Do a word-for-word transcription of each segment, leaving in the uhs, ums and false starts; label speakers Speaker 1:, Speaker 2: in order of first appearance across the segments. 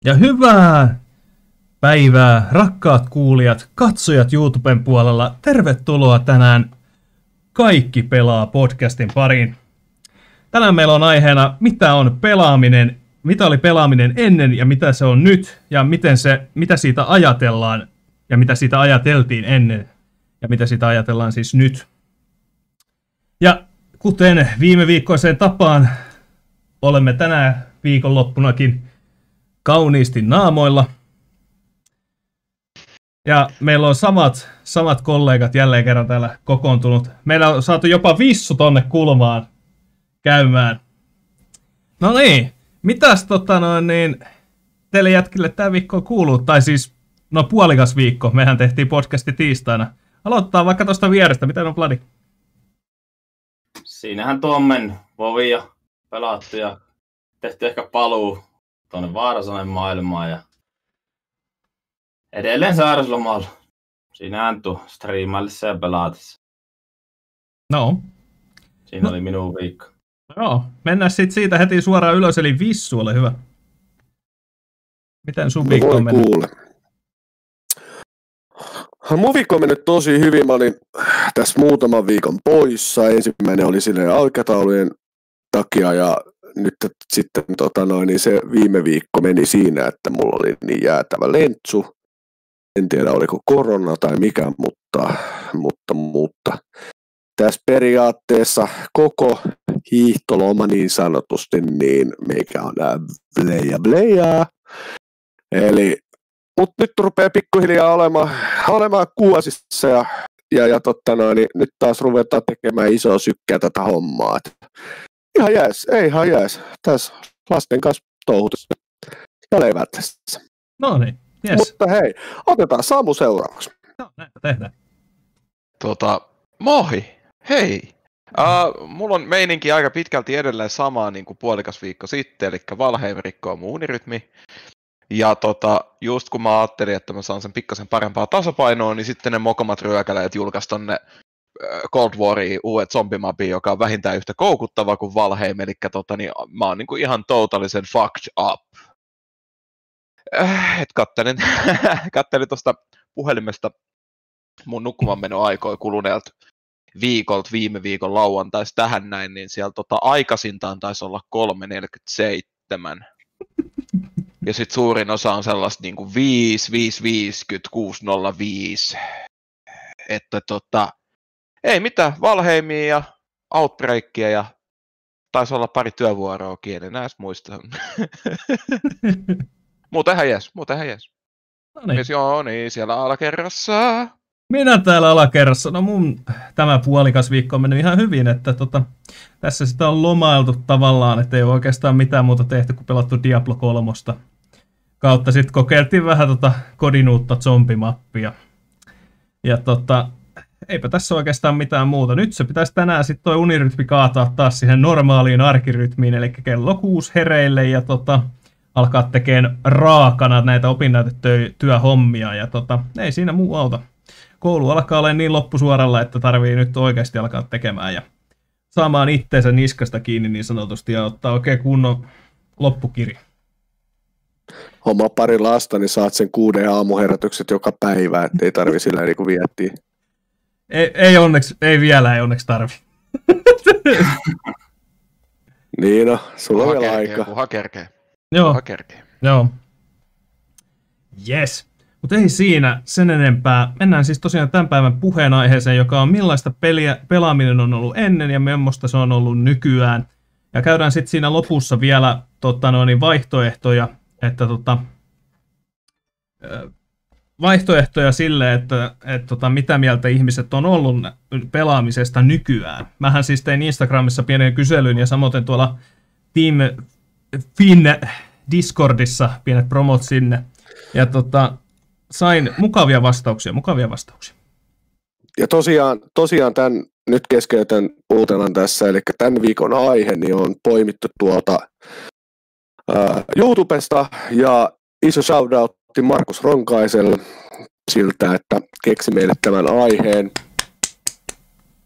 Speaker 1: Ja hyvää päivää, rakkaat kuulijat, katsojat YouTuben puolella. Tervetuloa tänään Kaikki pelaa podcastin pariin. Tänään meillä on aiheena, mitä on pelaaminen, mitä oli pelaaminen ennen ja mitä se on nyt, ja miten se, mitä siitä ajatellaan ja mitä siitä ajateltiin ennen ja mitä siitä ajatellaan siis nyt. Ja kuten viime viikkoiseen tapaan, olemme tänään viikonloppunakin kauniisti naamoilla. Ja meillä on samat, samat kollegat jälleen kerran täällä kokoontunut. Meillä on saatu jopa Vissu tonne kulmaan käymään. No niin, mitäs tota noin niin, teille jätkille tää viikko kuuluu? Tai siis, no puolikas viikko, mehän tehtiin podcasti tiistaina. Aloittaa vaikka tosta vierestä, miten on Vladi?
Speaker 2: Siinähän tuommen vovia pelattu ja tehty ehkä paluu tuonne Vaarasanen maailmaan ja edelleen sairaslomalla. Siinähän tuo striimaillessa ja pelaatessa.
Speaker 1: No.
Speaker 2: Siinä no. oli minun viikko.
Speaker 1: Joo, mennään sitten siitä heti suoraan ylös, eli Vissu, ole hyvä. Miten sun viikko on mennyt?
Speaker 3: Kuule. Mun viikko on mennyt tosi hyvin. Mä olin tässä muutaman viikon poissa. Ensimmäinen oli silleen aikataulujen takia ja nyt sitten tota noin, niin se viime viikko meni siinä, että mulla oli niin jäätävä lentsu. En tiedä oliko korona tai mikä, mutta, mutta, mutta tässä periaatteessa koko hiihtoloma niin sanotusti, niin meikä on nää bleja bleja. Eli, mutta nyt rupeaa pikkuhiljaa olemaan, olemaan kuosissa ja, ja, ja totta noin, niin nyt taas ruvetaan tekemään isoa sykkeä tätä hommaa. Ihan jees, ei ihan jees. Tässä lasten kanssa touhutus ja levätessä.
Speaker 1: No niin, jes.
Speaker 3: Mutta hei, otetaan Samu seuraavaksi.
Speaker 1: No, näin tehdään.
Speaker 4: Tota, moi, hei. Uh, mulla on meininki aika pitkälti edelleen samaa niin kuin puolikas viikko sitten, eli Valheim rikkoo mun unirytmi. Ja tota, just kun mä ajattelin, että mä saan sen pikkasen parempaa tasapainoa, niin sitten ne mokomat ryökäleet julkaisi tonne Cold Wariin uudet zombimapin, joka on vähintään yhtä koukuttava kuin Valheim, eli tota, niin, mä oon niinku ihan totaalisen fucked up. Äh, et kattelin, kattelin tuosta puhelimesta mun nukkumanmenoaikoja kuluneelta viikolta viime viikon lauantaisi tähän näin, niin siellä tota, aikaisintaan taisi olla kolme neljäkymmentäseitsemän. Ja sit suurin osa on sellaista niinku viisi, viisi viisikymmentä, kuusi nolla viisi. Että tota, ei mitään, Valheimia ja Outbreakia ja taisi olla pari työvuoroakin, en enää edes muista. Muuten ihan jes, muuten ihan jes.
Speaker 1: No niin.
Speaker 4: Joo, niin, siellä alakerrassa.
Speaker 1: Minä täällä alakerrassa. No mun tämä puolikas viikko on mennyt ihan hyvin, että tota, tässä sitä on lomailtu tavallaan, että ei ole oikeastaan mitään muuta tehty kuin pelattu Diablo kolme. Kautta sitten kokeiltiin vähän tota kodin uutta zombimappia. Ja tota, eipä tässä oikeastaan mitään muuta. Nyt se pitäisi tänään sitten toi unirytmi kaataa taas siihen normaaliin arkirytmiin, eli kello kuusi hereille ja tota, alkaa tekemään raakana näitä opinnäytetyöhommia ja tota, ei siinä muu auta. Koulu alkaa olla niin loppusuoralla, että tarvii nyt oikeasti alkaa tekemään ja saamaan itteensä niskasta kiinni niin sanotusti ja ottaa oikein kunnon loppukiri.
Speaker 3: Homma pari lasta, niin saat sen kuuden aamuherätykset joka päivä, ettei tarvi sillä niin kuin viettiä.
Speaker 1: Ei, ei onneksi, ei vielä, ei onneksi tarvi.
Speaker 3: Niin no, sulla on vielä aika.
Speaker 4: Kuha kerkee.
Speaker 1: Joo,
Speaker 4: Kuha kerkee.
Speaker 1: joo. Yes. Mutta ei siinä sen enempää. Mennään siis tosiaan tämän päivän puheenaiheeseen, joka on millaista peliä, pelaaminen on ollut ennen ja millaista se on ollut nykyään. Ja käydään sitten siinä lopussa vielä tota, no, niin vaihtoehtoja, että tota, vaihtoehtoja sille, että et, tota, mitä mieltä ihmiset on ollut pelaamisesta nykyään. Mähän siis tein Instagramissa pienen kyselyn ja samoin tuolla Team Fin Discordissa pienet promot sinne. Ja tota, sain mukavia vastauksia, mukavia vastauksia.
Speaker 3: Ja tosiaan, tosiaan tämän nyt keskeytän uutena tässä, eli tämän viikon aihe niin on poimittu tuolta ää, YouTubesta, ja iso shoutoutti Markus Ronkaiselle siltä, että keksi meille tämän aiheen.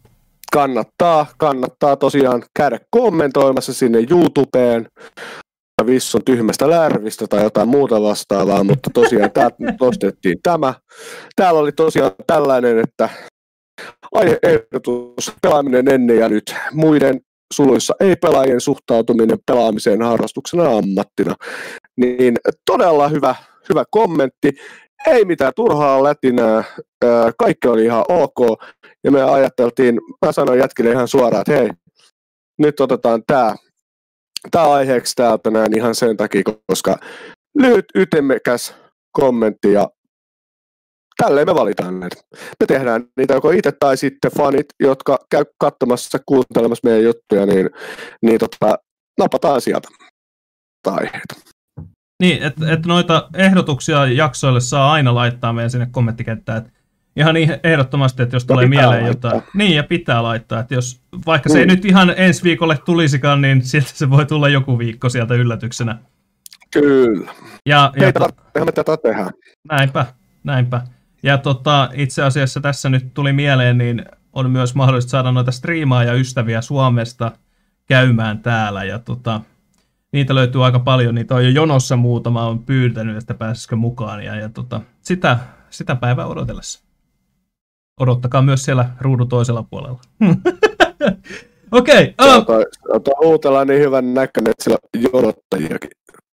Speaker 3: Kannattaa, kannattaa tosiaan käydä kommentoimassa sinne YouTubeen. Vissun tyhmästä lärvistä tai jotain muuta vastaavaa, mutta tosiaan täältä nostettiin tämä. Täällä oli tosiaan tällainen, että aihe-ehdotus pelaaminen ennen ja nyt. Muiden suluissa ei-pelaajien suhtautuminen pelaamiseen harrastuksena ammattina. Niin todella hyvä, hyvä kommentti. Ei mitään turhaa lätinää, kaikki oli ihan ok. Ja me ajateltiin, mä sanoin jätkille ihan suoraan, että hei, nyt otetaan tää, tää aiheeksi täältä näin ihan sen takia, koska lyhyt ytimekäs kommentti ja tälleen me valitaan näitä. Me tehdään niitä joko itse tai sitten fanit, jotka käy katsomassa, kuuntelemassa meidän juttuja, niin, niin tota, napataan sieltä aiheita.
Speaker 1: Niin, että et noita ehdotuksia jaksoille saa aina laittaa meidän sinne kommenttikenttään. Et ihan niin ehdottomasti, että jos no tulee mieleen laittaa. jotain. Niin, ja pitää laittaa. Että jos, vaikka se mm. ei nyt ihan ensi viikolle tulisikaan, niin siltä se voi tulla joku viikko sieltä yllätyksenä.
Speaker 3: Kyllä.
Speaker 1: Ja, ja
Speaker 3: Heitä, to... me tätä tehdään.
Speaker 1: Näinpä, näinpä. Ja tota, itse asiassa tässä nyt tuli mieleen, niin on myös mahdollista saada noita striimaaja-ystäviä Suomesta käymään täällä. Ja tota, niitä löytyy aika paljon, niitä on jo jonossa muutama on pyytänyt, että pääsisikö mukaan. Ja, ja tota, sitä, sitä päivää odotellessa. Odottakaa myös siellä ruudun toisella puolella. Okei. Okay, uh...
Speaker 3: Ota uutella niin hyvän näköinen, että siellä on jonottajiakin.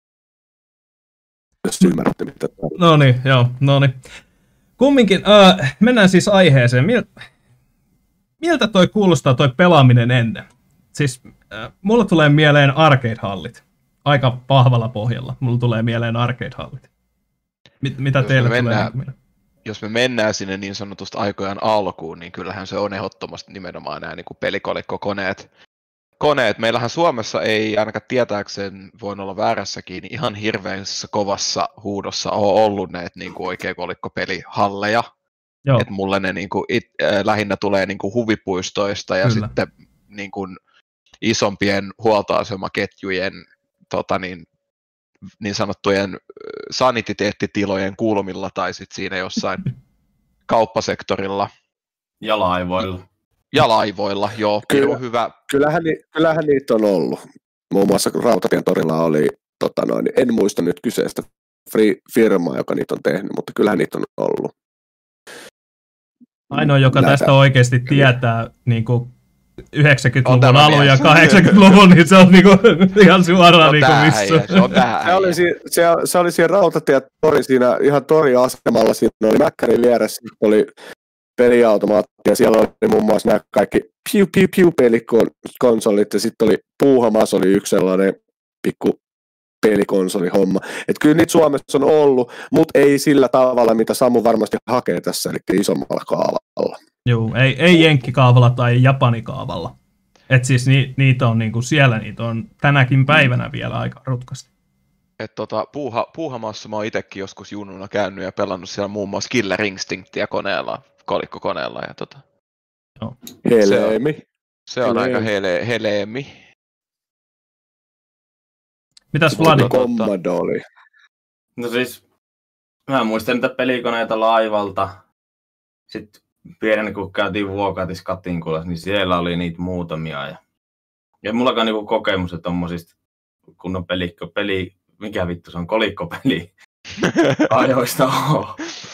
Speaker 3: Jos ymmärrätte, mitä tämä on.
Speaker 1: No niin, joo, no niin. Kumminkin, uh, mennään siis aiheeseen. Mil, miltä toi kuulostaa toi pelaaminen ennen? Siis uh, mulla tulee mieleen arcade-hallit. Aika vahvalla pohjalla. Mulla tulee mieleen arcade-hallit. Mit, mitä jos teille tulee mieleen?
Speaker 4: Jos me mennään sinne niin sanotusta aikojen alkuun, niin kyllähän se on ehdottomasti nimenomaan nämä niin kuin pelikolikkokoneet. Koneet. Meillähän Suomessa ei ainakaan tietääkseen, voin olla väärässäkin, niin ihan hirveässä kovassa huudossa ole ollut näitä niin kuin oikein kolikkopelihalleja. Että mulle ne niin kuin, it, äh, lähinnä tulee niin kuin huvipuistoista ja Kyllä. sitten niin kuin, isompien huoltoasemaketjujen tota niin, niin sanottujen sanititeettitilojen kulmilla tai sitten siinä jossain kauppasektorilla.
Speaker 2: Ja laivoilla.
Speaker 4: Ja laivoilla, joo.
Speaker 3: Kyllä,
Speaker 4: hyvä.
Speaker 3: Kyllähän, kyllähän niitä on ollut. Muun muassa Rautatien torilla oli, tota noin, en muista nyt kyseistä firmaa, joka niitä on tehnyt, mutta kyllähän niitä on ollut.
Speaker 1: Ainoa, joka Näitä. tästä oikeasti tietää niin kuin yhdeksänkymmentäluvun alun ja kahdeksankymmentäluvun, niin se on niinku ihan suoraan niinku missä.
Speaker 3: Se, se, oli si, se, se oli siinä Rautatietori siinä ihan toriasemalla, siinä oli Mäkkärin vieressä, oli peliautomaatti ja siellä oli muun muassa nämä kaikki piu piu piu pelikonsolit ja sitten oli Puuhamas oli yksi sellainen pikku pelikonsolihomma. Että kyllä niitä Suomessa on ollut, mutta ei sillä tavalla, mitä Samu varmasti hakee tässä, eli isommalla kaavalla.
Speaker 1: Joo, ei, ei jenkkikaavalla tai japanikaavalla. Että siis ni, niitä on niinku siellä, niitä on tänäkin päivänä vielä aika rutkasti.
Speaker 4: Et tota, puuha, Puuhamassa mä oon itsekin joskus junnuna käynyt ja pelannut siellä muun muassa Killer Instinctia koneella, kolikkokoneella. Ja tota,
Speaker 3: no. Heleemi.
Speaker 4: Se on, se on aika hele, heleemi.
Speaker 1: Mitäs Vladi?
Speaker 3: Commodore.
Speaker 2: No siis, mä muistan niitä pelikoneita laivalta. Sitten pienen kun käytiin Vuokatis Katinkulassa, niin siellä oli niitä muutamia. Ja, ja mullakaan niinku kokemusta tommosista kunnon pelikko, peli, mikä vittu se on, kolikkopeli ajoista on.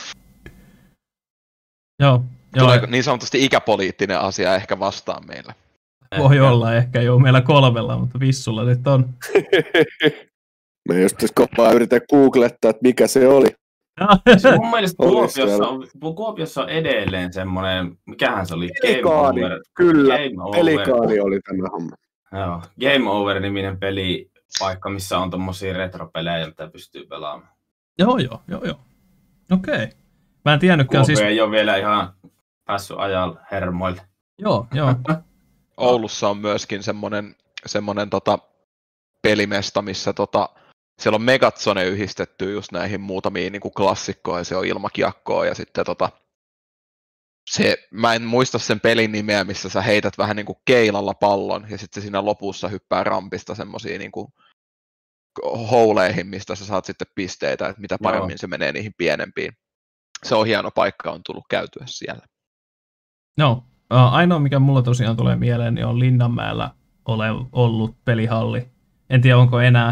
Speaker 1: Joo.
Speaker 4: Tuleeko niin sanotusti ikäpoliittinen asia ehkä vastaan meillä?
Speaker 1: Voi olla ehkä, joo, meillä kolmella, mutta Vissulla nyt on.
Speaker 3: Me just tässä kopaa yritän googlettaa, että mikä se oli.
Speaker 2: Se mun mielestä Kuopiossa on, Kuopiossa on edelleen semmoinen, mikähän se oli?
Speaker 3: Pelikaani, Game Over. Kyllä, Game Pelikaani oli tämä homma.
Speaker 2: Joo, Game Over-niminen pelipaikka, missä on tommosia retropelejä, mitä pystyy pelaamaan.
Speaker 1: Joo, joo, joo, joo. Okei. Okay. Mä en tiennytkään
Speaker 2: siis...
Speaker 1: siis...
Speaker 2: ei ole vielä ihan päässyt ajalla hermoille.
Speaker 1: Joo, joo.
Speaker 4: Oulussa on myöskin semmoinen, semmoinen tota, pelimesta, missä tota, siellä on Megatsone yhdistetty just näihin muutamiin niin kuin klassikkoihin, se on ilmakiekkoa ja sitten tota, se, mä en muista sen pelin nimeä, missä sä heität vähän niin kuin keilalla pallon ja sitten siinä lopussa hyppää rampista semmoisiin niin kuin houleihin, mistä sä saat sitten pisteitä, että mitä paremmin Joo. se menee niihin pienempiin. Se on hieno paikka, on tullut käytyä siellä.
Speaker 1: No, ainoa mikä mulla tosiaan tulee mieleen, niin on Linnanmäellä ole ollut pelihalli. En tiedä onko enää.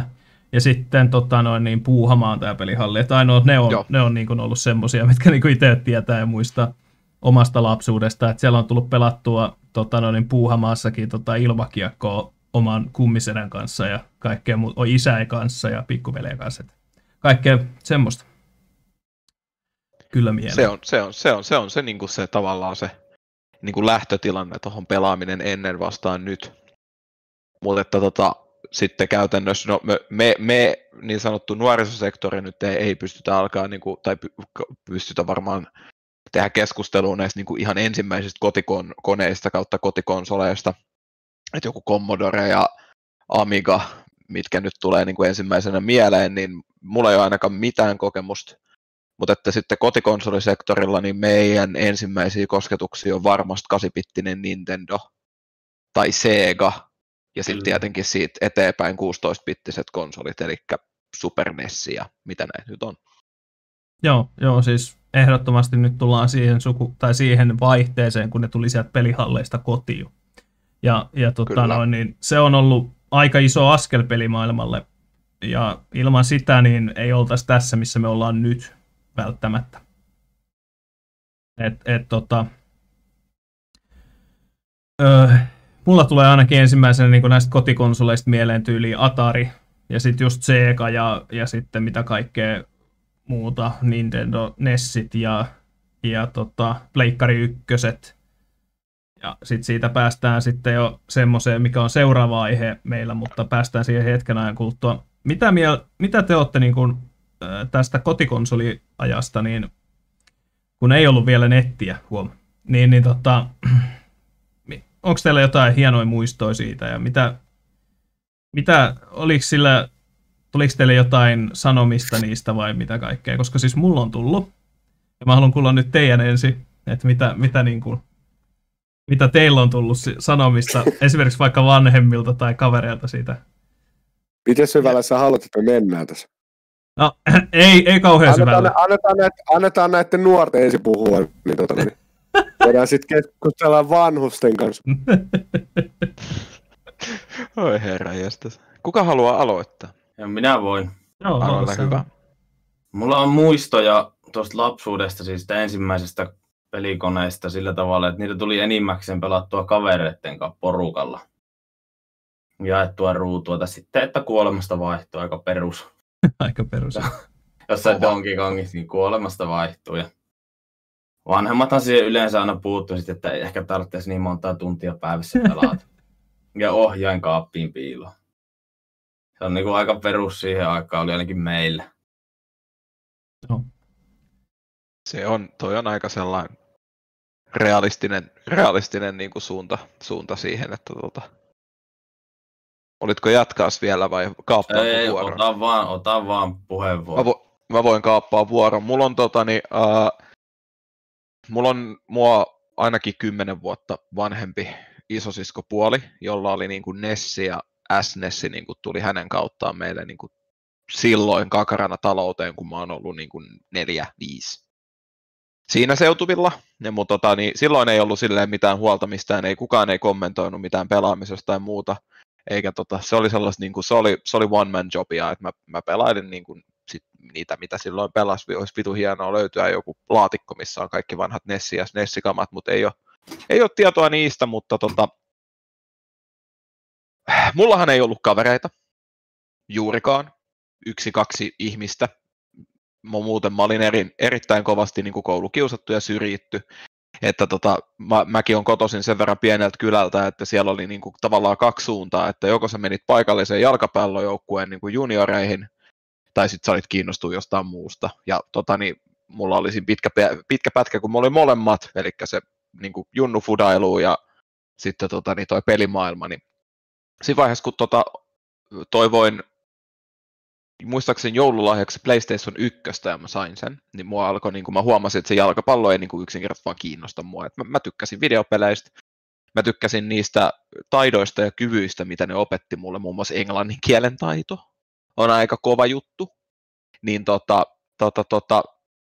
Speaker 1: ja sitten tota, noin, niin, Puuhamaan tämä pelihalli. Että ainoa, ne on, ne on niin kuin ollut semmoisia, mitkä niin kuin itse tietää ja muistaa omasta lapsuudesta. Että siellä on tullut pelattua tota, noin, Puuhamaassakin tota, ilmakiekkoa oman kummisedän kanssa ja kaikkea muuta, isäi kanssa ja pikkuveljen kanssa. Että kaikkea semmoista. Kyllä mieleen.
Speaker 4: Se on se, on, se, on, se, on se, niin kuin se tavallaan se niin kuin lähtötilanne tuohon pelaaminen ennen vastaan nyt. Mutta että tota, sitten käytännössä no, me, me, me niin sanottu nuorisosektori nyt ei, ei pystytä alkaa, niin kuin, tai py, pystytä varmaan tehdä keskustelua näistä niin kuin ihan ensimmäisistä kotikoneista kautta kotikonsoleista. Että joku Commodore ja Amiga, mitkä nyt tulee niin kuin ensimmäisenä mieleen, niin mulla ei ole ainakaan mitään kokemusta. Mutta että sitten kotikonsolisektorilla niin meidän ensimmäisiä kosketuksia on varmasti kahdeksanbittinen Nintendo tai Sega ja sitten tietenkin siitä eteenpäin kuusitoista-bittiset konsolit, eli Super N E S ja mitä näitä nyt on.
Speaker 1: Joo, joo, siis ehdottomasti nyt tullaan siihen, suku, tai siihen vaihteeseen, kun ne tuli sieltä pelihalleista kotiin. Ja, ja tota noin, niin se on ollut aika iso askel pelimaailmalle, ja ilman sitä niin ei oltaisi tässä, missä me ollaan nyt välttämättä. Et, et, tota, öö, mulla tulee ainakin ensimmäisenä niin näistä kotikonsoleista mieleen tyyliin Atari, ja sitten just Sega, ja, ja sitten mitä kaikkea muuta, Nintendo Nessit ja, ja tota, Pleikkari ykköset. Ja sitten siitä päästään sitten jo semmoiseen, mikä on seuraava aihe meillä, mutta päästään siihen hetken ajan kuluttua. Mitä, miel, mitä te olette niin kun, tästä kotikonsoliajasta, niin kun ei ollut vielä nettiä, huom, niin, niin tota, onko teillä jotain hienoja muistoja siitä ja mitä, mitä oliko sillä, tuliko teille jotain sanomista niistä vai mitä kaikkea, koska siis mulla on tullut ja mä haluan kuulla nyt teidän ensin, että mitä, mitä, niin kuin, mitä teillä on tullut sanomista esimerkiksi vaikka vanhemmilta tai kavereilta siitä.
Speaker 3: Miten syvällä sä haluat, että me mennään tässä?
Speaker 1: No, ei, ei kauhean
Speaker 3: annetaan,
Speaker 1: syvällä.
Speaker 3: Annetaan, näitä, annetaan näiden nuorten ensin puhua, niin, tota, niin voidaan sitten keskustella vanhusten kanssa.
Speaker 4: Oi herra jästäs. Kuka haluaa aloittaa?
Speaker 2: Ja minä voin.
Speaker 1: Joo,
Speaker 4: Aloita hyvä.
Speaker 2: Mulla on muistoja tuosta lapsuudesta, siis sitä ensimmäisestä pelikoneesta sillä tavalla, että niitä tuli enimmäkseen pelattua kavereiden kanssa porukalla. Jaettua ruutua, tai sitten, että kuolemasta vaihtuu aika perus.
Speaker 1: Aika perus.
Speaker 2: Jossain Donkey Kongissa niin kuolemasta vaihtuu. Ja vanhemmathan siihen yleensä aina puuttuu, että ehkä tarvitsisi niin montaa tuntia päivässä pelata. Ja ohjain kaappiin piiloon. Se on niin kuin aika perus siihen aikaan, oli ainakin meillä.
Speaker 1: No.
Speaker 4: Se on, toi on aika sellainen realistinen, realistinen niin kuin suunta, suunta siihen, että tota... Olitko jatkaas vielä vai kaappaako
Speaker 2: Ei,
Speaker 4: vuoron?
Speaker 2: ota vaan, ota vaan puheenvuoro.
Speaker 4: Mä, vo, mä voin kaappaa vuoron. Mulla on, totani, uh, mulla on mua ainakin kymmenen vuotta vanhempi isosiskopuoli, jolla oli niin kuin Nessi ja S N E S niin kuin tuli hänen kauttaan meille niin kuin silloin kakarana talouteen, kun mä oon ollut niin kuin neljä, viisi. Siinä seutuvilla, ja, mutta tota, niin silloin ei ollut silleen mitään huolta mistään, ei kukaan ei kommentoinut mitään pelaamisesta tai muuta. Eikä tota, se oli sellaista, niin kuin, se oli, se oli one man jobia, että mä, mä pelailin niin kuin, sit niitä, mitä silloin pelasi, olisi vitu hienoa löytyä joku laatikko, missä on kaikki vanhat Nessi ja Nessikamat, mutta ei ole, ei ole tietoa niistä, mutta tota, mullahan ei ollut kavereita, juurikaan, yksi, kaksi ihmistä, mä, muuten mä olin eri, erittäin kovasti niin kuin koulukiusattu ja syrjitty. Että tota, mä, mäkin on kotoisin sen verran pieneltä kylältä, että siellä oli niinku tavallaan kaksi suuntaa, että joko sä menit paikalliseen jalkapallojoukkueen niinku junioreihin, tai sitten sä olit kiinnostunut jostain muusta. Ja tota, niin, mulla oli siinä pitkä, pitkä pätkä, kun mulla oli molemmat, eli se niinku junnufudailu ja sitten tota, niin toi pelimaailma. Niin siinä vaiheessa, kun tota, toivoin muistaakseni joululahjaksi PlayStation yksi ja mä sain sen, niin mua alkoi, niin kuin mä huomasin, että se jalkapallo ei niin kuin yksinkertaisesti vaan kiinnosta mua. Mä, mä tykkäsin videopeleistä, mä tykkäsin niistä taidoista ja kyvyistä, mitä ne opetti mulle, muun muassa englannin kielen taito on aika kova juttu. Niin tota, tota, tota,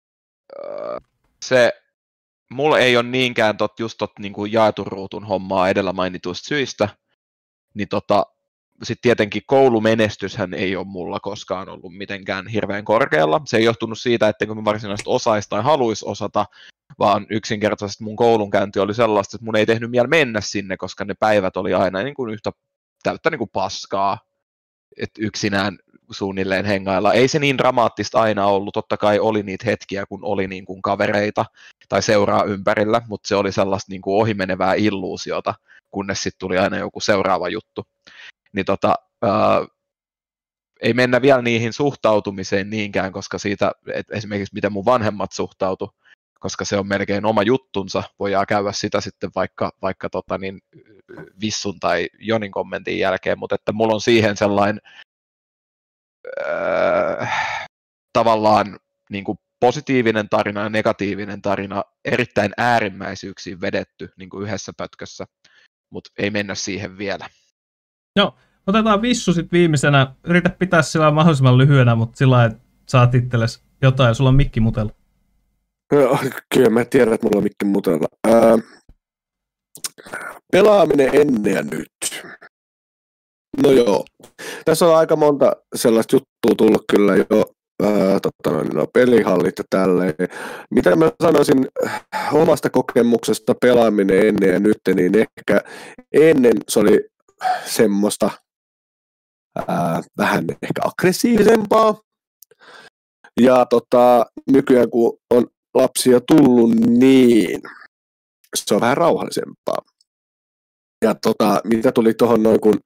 Speaker 4: se, mulla ei ole niinkään tot, just tot niin kuin jaetun ruutun hommaa edellä mainituista syistä, niin tota, sitten tietenkin koulumenestyshän ei ole mulla koskaan ollut mitenkään hirveän korkealla. Se ei johtunut siitä, että mä varsinaisesti osaisi tai haluaisi osata, vaan yksinkertaisesti mun koulunkäynti oli sellaista, että mun ei tehnyt mieli mennä sinne, koska ne päivät oli aina niin kuin yhtä täyttä niin kuin paskaa, että yksinään suunnilleen hengailla. Ei se niin dramaattista aina ollut, totta kai oli niitä hetkiä, kun oli niin kuin kavereita tai seuraa ympärillä, mutta se oli sellaista niin kuin ohimenevää illuusiota, kunnes sitten tuli aina joku seuraava juttu. Niin tota, ää, ei mennä vielä niihin suhtautumiseen niinkään, koska siitä, et esimerkiksi miten mun vanhemmat suhtautu, koska se on melkein oma juttunsa, voidaan käydä sitä sitten vaikka, vaikka tota niin, Vissun tai Jonin kommentin jälkeen, mutta että mulla on siihen sellainen ää, tavallaan niin kuin positiivinen tarina ja negatiivinen tarina erittäin äärimmäisyyksiin vedetty niin kuin yhdessä pötkössä, mutta ei mennä siihen vielä.
Speaker 1: Joo, otetaan Vissu sitten viimeisenä. Yritä pitää sillä mahdollisimman lyhyenä, mutta sillä että saat itsellesi jotain. Sulla on mikki mutella.
Speaker 3: No, kyllä mä tiedän, että mulla on mikki mutella. Ää, pelaaminen ennen ja nyt. No joo. Tässä on aika monta sellaista juttua tullut kyllä jo. Ää, totta, no, pelihallit ja tälleen. Mitä mä sanoisin omasta kokemuksesta pelaaminen ennen ja nyt, niin ehkä ennen se oli semmoista ää, vähän ehkä aggressiivisempaa. Ja tota, nykyään kun on lapsia tullut, niin se on vähän rauhallisempaa. Ja tota, mitä tuli tuohon noin, kun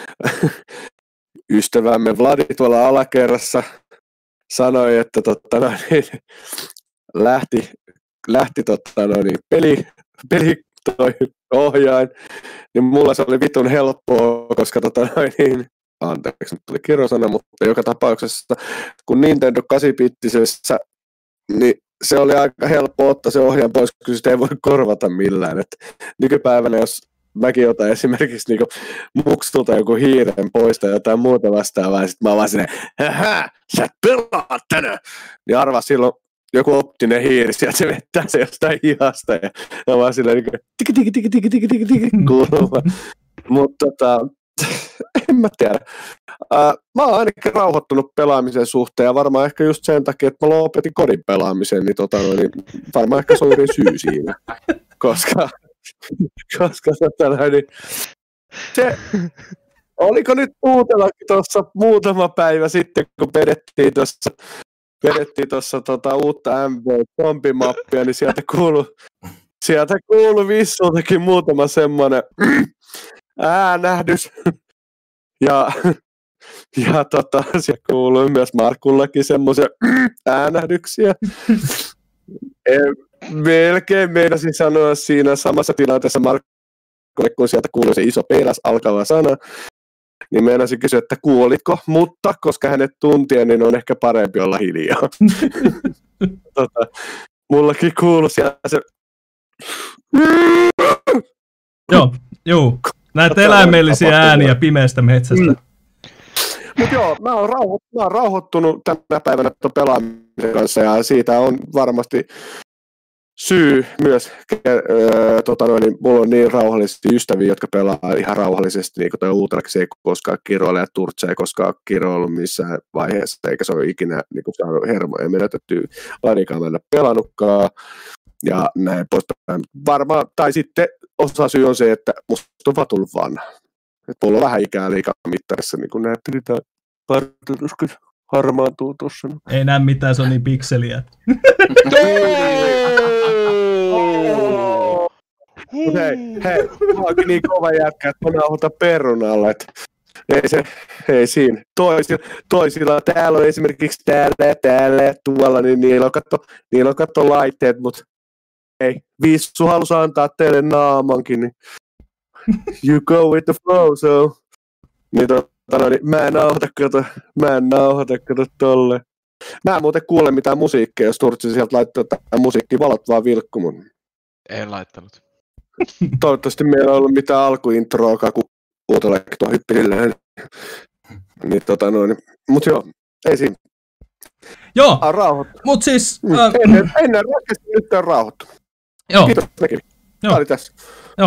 Speaker 3: ystävämme Vladi tuolla alakerrassa sanoi, että tota, no, niin, lähti, lähti tota, no, niin, peli, peli toi ohjain, niin mulla se oli vitun helppoa, koska tota, no, niin, anteeksi, nyt tuli kirosana, mutta joka tapauksessa, kun Nintendo kahdeksan-bittisessä, niin se oli aika helppo ottaa se ohjaan pois, kun sitä ei voi korvata millään. Et nykypäivänä, jos mäkin otan esimerkiksi niinku mukstulta joku hiiren pois tai jotain muuta vastaavaa, ja sitten mä oon vaan silleen, hähä, sä pelaat tänään! Niin arvaa silloin joku optinen hiiri, sieltä se vettää se jostain hihasta, ja mä vaan silleen niinku, tiki tiki tiki tiki tiki tiki tiki kuuluu. Mutta tota, en mä tiedä. Uh, mä oon ainakin rauhoittunut pelaamisen suhteen, ja varmaan ehkä just sen takia, että mä lopetin kodin pelaamisen, niin, tota, niin varmaan ehkä suurin syy siinä. Koska, koska tota, niin, se, oliko nyt uutellakin tuossa muutama päivä sitten, kun vedettiin tuossa vedettiin tuossa tota, uutta M V-zombimappia, niin sieltä kuului sieltä kuului Vissultakin muutama semmoinen äänähdys. Ja, ja tota, se kuului myös Markullakin semmoisia äänähdyksiä. Melkein meinasin sanoa siinä samassa tilanteessa Markulle, kun sieltä kuului se iso peilas alkava sana, niin meinasin kysyä, että kuolitko, mutta koska hänet tuntien, niin on ehkä parempi olla hiljaa. tota, mullakin kuului siellä se...
Speaker 1: Joo, joo. Näitä eläimellisiä ääniä pimeästä metsästä. Mm.
Speaker 3: Mutta joo, mä oon, rauho- mä oon rauhoittunut tänä päivänä pelaamisen kanssa, ja siitä on varmasti syy myös, öö, tota noin, niin mulla on niin rauhallisesti ystäviä, jotka pelaa ihan rauhallisesti, niin kuin toi Uutelaksi ei koskaan kiroile, ja Turtse ei koskaan kiroillut missään vaiheessa, eikä se ole ikinä niin kuin saanut hermoja menetettyä lainkaan mennä pelannutkaan, ja näin poispäin. Varmaan, tai sitten osa syy on se, että musta on vaan tullut vanha. Että mulla on vähän ikää liikaa mittarissa, niin kun näette, että kartoituskin harmaantuu tuossa.
Speaker 1: Ei näe mitään, se on niin pikseliä.
Speaker 3: Mut hei, hei, mä oonkin niin kova jätkä, että mä nauhoitan perunalla, että ei se, ei siinä. Toisilla, toisilla täällä on esimerkiksi täällä, täällä, tuolla, niin niillä on katto, niillä on katto laitteet, mutta ei, Vissu halusi antaa teille naamankin, niin you go with the flow, so. Niin, tota, niin mä en nauhoita, kato, mä en nauhoita, kato tolle. Mä en muuten kuule mitään musiikkia, jos Turtsi sieltä laittaa jotain musiikkia, valot vaan vilkkumun.
Speaker 4: En laittanut.
Speaker 3: Toivottavasti meillä ei ollut mitään alkuintroa, kun Uutelakin tuon hyppilleen. Niin, tota noin. Mut joo, ei siinä.
Speaker 1: Joo,
Speaker 3: Ah,
Speaker 1: mut siis...
Speaker 3: Mm.
Speaker 1: Äh,
Speaker 3: ennen, ennen rakasti, nyt on rauhoittu.
Speaker 1: Joo.
Speaker 3: Kiitos nekin. Tämä oli tässä.
Speaker 1: Joo,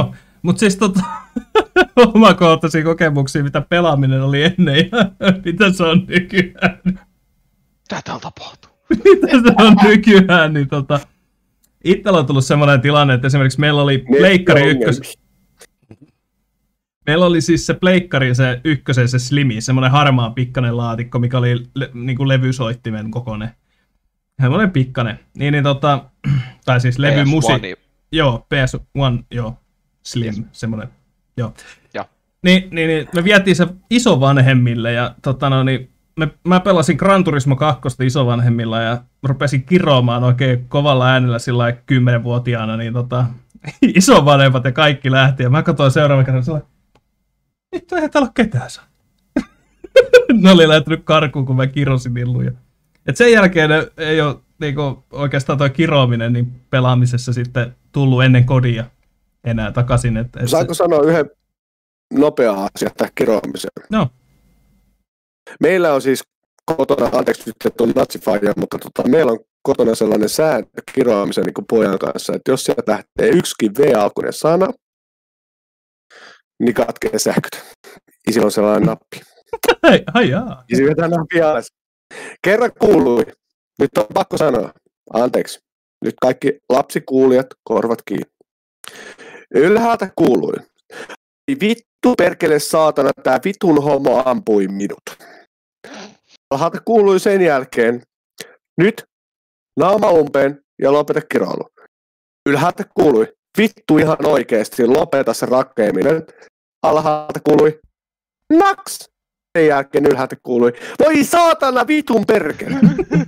Speaker 1: Mutta siis tota, omakohtaisia kokemuksia, mitä pelaaminen oli ennen ja mitä se on nykyään.
Speaker 4: Mitä täällä tapahtuu?
Speaker 1: Mitä se on nykyään, niin tota... Itsellä on tullut semmoinen tilanne, että esimerkiksi meillä oli Pleikkari ykkös... Meillä oli siis se Pleikkari, se ykkösen, se Slimi, semmoinen harmaa pikkainen laatikko, mikä oli le- niinku levysoittimen kokoinen. Semmoinen pikkainen. Niin, niin tota... Tai siis levymusi... Joo, P S yksi, joo. Slim, yes. Semmoinen. Joo.
Speaker 4: Ja.
Speaker 1: Niin, niin, niin, me vietiin se isovanhemmille ja tota no niin... Me, mä pelasin Gran Turismo kaksi isovanhemmilla ja rupesin kiroamaan oikein kovalla äänellä sillä kymmenvuotiaana, niin tota, isovanhemmat ja kaikki lähti. Ja mä katsoin seuraavan kerran sellainen, vittu eihän täällä ole ketään saa. Ne oli lähtenyt karkuun, kun mä kirosin niin luja. Et sen jälkeen ei ole niinku, oikeastaan toi kiroaminen niin pelaamisessa sitten tullut ennen kodia enää takaisin. Et, et
Speaker 3: Saanko
Speaker 1: se...
Speaker 3: sanoa yhden nopean asian tähän kiroamiseen?
Speaker 1: No.
Speaker 3: Meillä on siis kotona, anteeksi nyt on natsifaija, mutta tota, meillä on kotona sellainen sääntö kiroamisen niin kuin pojan kanssa, että jos sieltä lähtee yksikin V-alkuinen sana, niin katkee sähköt. Isi on sellainen nappi.
Speaker 1: Ai, ai jaa.
Speaker 3: Isi vetää nappi alas. Kerran kuului. Nyt on pakko sanoa. Anteeksi. Nyt kaikki lapsikuulijat, korvat kiinni. Ylhäältä kuului. Vittu perkele saatana, tää vitun homo ampui minut. Alhaalta kuului sen jälkeen, nyt naama umpeen ja lopeta kiroilu. Ylhäältä kuului, vittu ihan oikeesti, lopeta se rakkeeminen. Alhaalta kuului, naks! Sen jälkeen ylhäältä kuului, voi saatana vitun perkele!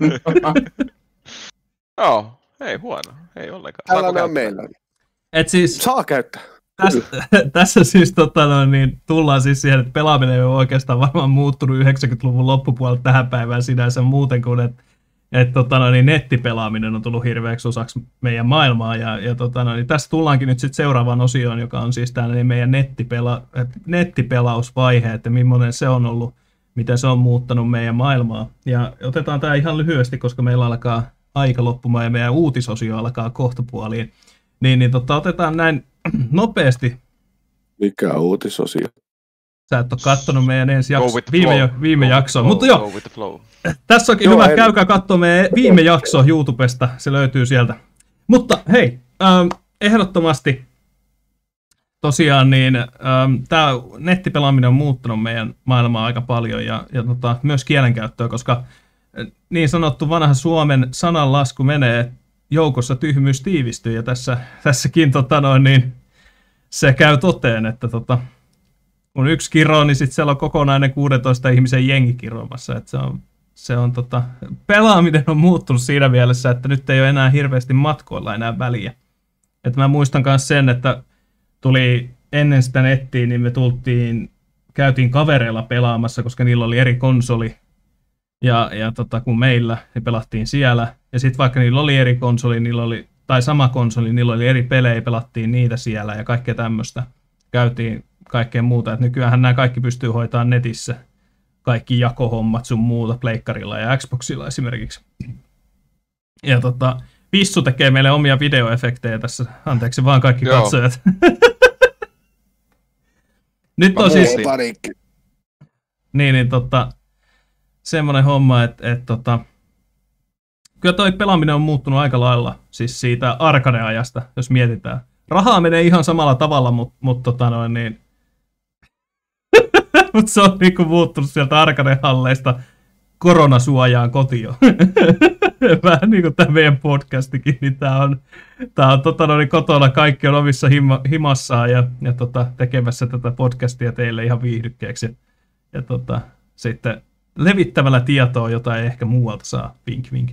Speaker 4: Joo, ei huono, ei ollenkaan.
Speaker 3: Tällainen on meillä.
Speaker 1: Et siis...
Speaker 3: Saa käyttää.
Speaker 1: Tässä, tässä siis tota, no, niin, tullaan siis siihen, että pelaaminen ei ole oikeastaan varmaan muuttunut yhdeksänkymmentäluvun loppupuolelta tähän päivään sinänsä muuten kuin, että et, tota, no, niin, nettipelaaminen on tullut hirveäksi osaksi meidän maailmaa. Ja, ja tota, no, niin, tässä tullaankin nyt sitten seuraavaan osioon, joka on siis tämä niin meidän nettipela, nettipelausvaihe, että millainen se on ollut, miten se on muuttanut meidän maailmaa. Ja otetaan tämä ihan lyhyesti, koska meillä alkaa aika loppumaan ja meidän uutisosio alkaa kohtapuoliin. Niin, niin tota, otetaan näin nopeasti.
Speaker 3: Mikä uutisosio?
Speaker 1: Sä et ole kattonut meidän ensi jakso, viime,
Speaker 4: flow.
Speaker 1: viime
Speaker 4: go
Speaker 1: jaksoa.
Speaker 4: Flow,
Speaker 1: Mutta joo, tässä onkin
Speaker 3: joo,
Speaker 1: hyvä,
Speaker 3: en... käykää
Speaker 1: katsoa meidän viime jakso YouTubesta, se löytyy sieltä. Mutta hei, ähm, ehdottomasti tosiaan niin ähm, tämä nettipelaaminen on muuttanut meidän maailmaa aika paljon ja, ja tota, myös kielenkäyttöä, koska niin sanottu vanha Suomen sananlasku menee, joukossa tyhmyys tiivistyy ja tässä, tässäkin tota noin, niin se käy toteen, että tota, kun yksi kiroo, niin sitten siellä on kokonainen kuusitoista ihmisen jengi kiroamassa. Että se on, se on tota, pelaaminen on muuttunut siinä mielessä, että nyt ei ole enää hirveästi matkoilla enää väliä. Että mä muistan myös sen, että tuli ennen sitä nettiä, niin me tultiin, käytiin kavereilla pelaamassa, koska niillä oli eri konsoli. Ja, ja tota, kun meillä, niin pelattiin siellä. Ja sitten vaikka niillä oli eri konsoli, niillä oli, tai sama konsoli, niillä oli eri pelejä, pelattiin niitä siellä ja kaikkea tämmöistä. Käytiin kaikkea muuta. Et nykyäänhän nämä kaikki pystyy hoitamaan netissä. Kaikki jakohommat sun muuta, pleikkarilla ja Xboxilla esimerkiksi. Ja tota, Vissu tekee meille omia videoefektejä tässä. Anteeksi vaan kaikki
Speaker 4: Joo.
Speaker 1: katsojat. Nyt on siis... Niin, niin tota... semmoinen homma, että et, tota, kyllä toi pelaaminen on muuttunut aika lailla, siis siitä arcade-ajasta, jos mietitään. Rahaa menee ihan samalla tavalla, mutta mut, tota noin niin... mut se on niinku muuttunut sieltä arcade-halleista koronasuojaan kotiin. Vähän niin kuin tämä meidän podcastikin, niin tää on, tää on tota noin, kotona, kaikki on omissa hima, himassaan ja, ja tota, tekemässä tätä podcastia teille ihan viihdykkeeksi. Ja, ja tota, sitten... levittämällä tietoa, jota ei ehkä muualta saa. Vink, vink.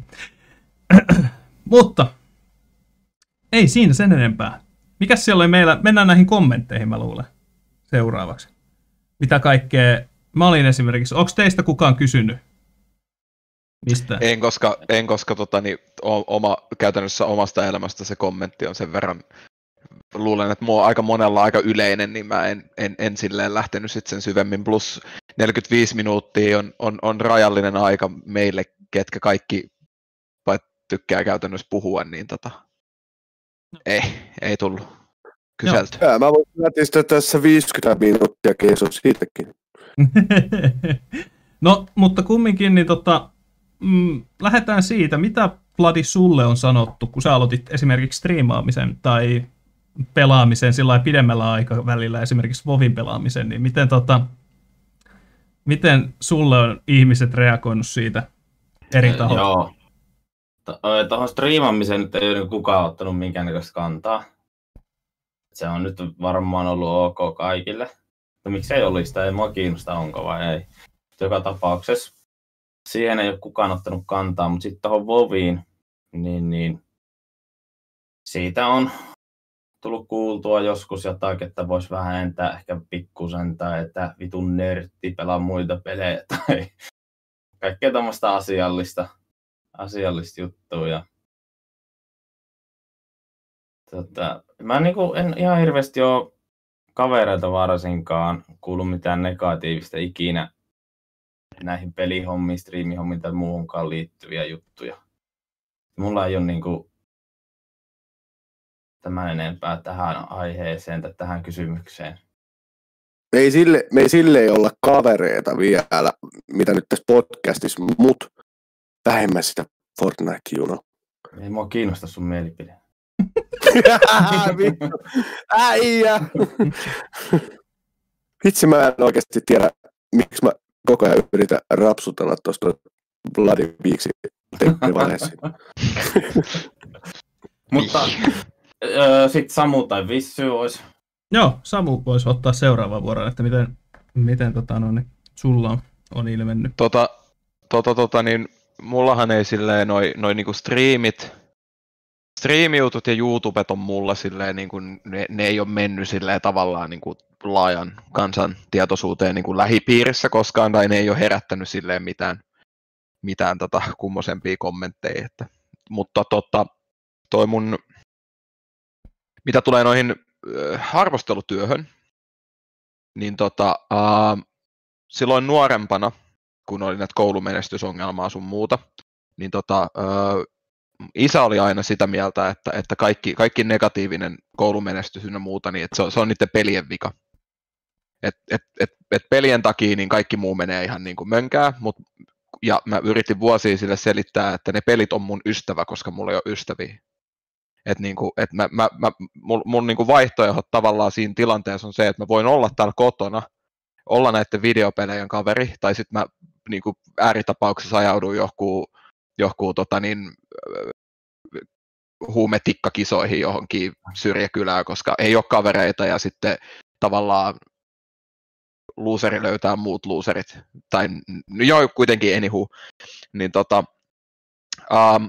Speaker 1: Mutta ei siinä sen enempää. Mikäs siellä oli meillä? Mennään näihin kommentteihin, mä luulen, seuraavaksi. Mitä kaikkea? Mä olin esimerkiksi, onko teistä kukaan kysynyt? Mistä?
Speaker 4: En, koska, en, koska tota, niin, oma, käytännössä omasta elämästä se kommentti on sen verran, luulen, että mua aika monella aika yleinen, niin mä en, en, en silleen lähtenyt sit sen syvemmin. Plus neljäkymmentäviisi minuuttia on, on, on rajallinen aika meille, ketkä kaikki vai tykkää käytännössä puhua, niin tota, ei, ei tullut. kyselty.
Speaker 3: Joo, mä voin lätistä tässä viisikymmentä minuuttia keso siitäkin.
Speaker 1: No, mutta kumminkin, niin tota, mm, lähdetään siitä, mitä Vladi sulle on sanottu, kun sä aloitit esimerkiksi striimaamisen tai pelaamisen sillä pidemmällä aikavälillä, esimerkiksi WoWin pelaamisen, niin miten, tota, miten sulle on ihmiset reagoinut siitä eri taholta?
Speaker 2: Joo. Tuohon striimaamiseen nyt ei ole kukaan ottanut minkäännäköistä kantaa. Se on nyt varmaan ollut ok kaikille. No miksei olisi, sitä ei mua kiinnosta, onko vai ei. Joka tapauksessa siihen ei ole kukaan ottanut kantaa, mutta sitten tuohon WoWiin, niin, niin siitä on tullut kuultua joskus jotain, että voisi vähän entää ehkä pikkusen tai että vitun nörtti pelaa muita pelejä tai kaikkea tämmöistä asiallista, asiallista juttua. Ja tota, mä niinku en ihan hirveästi ole kavereilta varsinkaan kuullut mitään negatiivista ikinä näihin pelihommiin, striimihommiin tai muuhunkaan liittyviä juttuja. Mulla ei ole niinku tämän enempää tähän aiheeseen tai tähän kysymykseen.
Speaker 3: Me ei sille, me ei silleen olla kavereita vielä, mitä nyt tässä podcastissa, mutta vähemmän sitä Fortnite-junoa.
Speaker 2: Ei mua kiinnosta sun mielipide.
Speaker 3: Vittu. Äijä! Vitsi, mä en oikeasti tiedä, miksi mä koko ajan yritän rapsutella tuosta Bloody Beaksin vaiheessa.
Speaker 2: Mutta öö, sit Samu tai Vissy olisi.
Speaker 1: Joo, Samu voisi ottaa seuraavan vuoron, että miten, miten tota, no, niin, sulla on, on ilmennyt.
Speaker 4: Tota, tota, tota, niin mullahan ei silleen noi, noi niinku striimit, striimijutut ja YouTubet on mulla silleen, niinku, ne, ne ei ole mennyt silleen tavallaan niinku laajan kansan tietoisuuteen niinku lähipiirissä koskaan, tai ne ei ole herättänyt silleen mitään, mitään tota, kummosempia kommentteja. Että, mutta tota, toi mun, mitä tulee noihin äh, arvostelutyöhön, niin tota, äh, silloin nuorempana, kun oli näitä koulumenestysongelmaa sun muuta, niin tota, äh, isä oli aina sitä mieltä, että, että kaikki, kaikki negatiivinen koulumenestys ja muuta, niin että se on, se on niiden pelien vika. Et, et, et, et pelien takia niin kaikki muu menee ihan niin kuin mönkää, mut, ja mä yritin vuosia sille selittää, että ne pelit on mun ystävä, koska mulla ei ole ystäviä. Että niinku, et mä, mä, mä, mun, mun niinku vaihtoehdot tavallaan siinä tilanteessa on se, että mä voin olla täällä kotona, olla näiden videopelejen kaveri, tai sitten mä niinku ääritapauksessa ajaudun johonkin, johonkin tota niin, huumetikkakisoihin johonkin syrjäkylään, koska ei ole kavereita ja sitten tavallaan looseri löytää muut looserit, tai no joo, kuitenkin anywho, niin tota, um,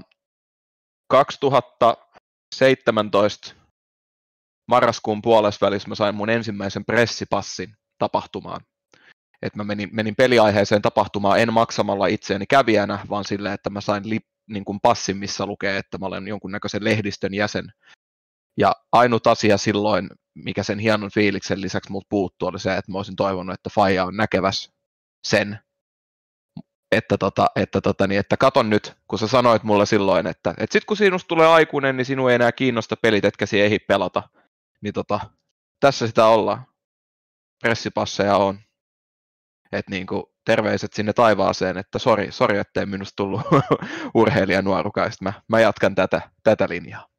Speaker 4: kaksituhattaseitsemäntoista marraskuun puolesvälissä mä sain mun ensimmäisen pressipassin tapahtumaan. Et mä menin, menin peliaiheeseen tapahtumaan en maksamalla itseäni kävijänä, vaan silleen, että mä sain lip, niin kuin passin, missä lukee, että mä olen jonkunnäköisen lehdistön jäsen. Ja ainut asia silloin, mikä sen hienon fiiliksen lisäksi mut puuttuu, oli se, että mä olisin toivonut, että faija on näkeväs sen, että, tota, että, tota, niin, että katon nyt, kun sä sanoit mulle silloin, että, että sit kun sinusta tulee aikuinen, niin sinua ei enää kiinnosta pelit, etkä si ehdi pelata. Niin tota, tässä sitä ollaan. Pressipasseja on. Että niinku terveiset sinne taivaaseen, että sori, sori ettei minusta tullut urheilija nuorukaista. Mä, mä jatkan tätä, tätä linjaa.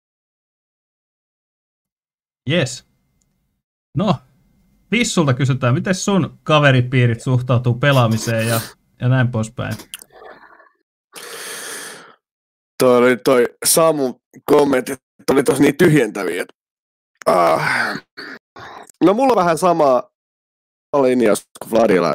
Speaker 1: Yes. No, Vissulta kysytään, miten sun kaveripiirit suhtautuu pelaamiseen ja, ja näin poispäin?
Speaker 3: Toi oli toi Samun kommentti, oli tosi niin tyhjentäviä. Ah. No mulla on vähän sama linjaus kuin Vladilla.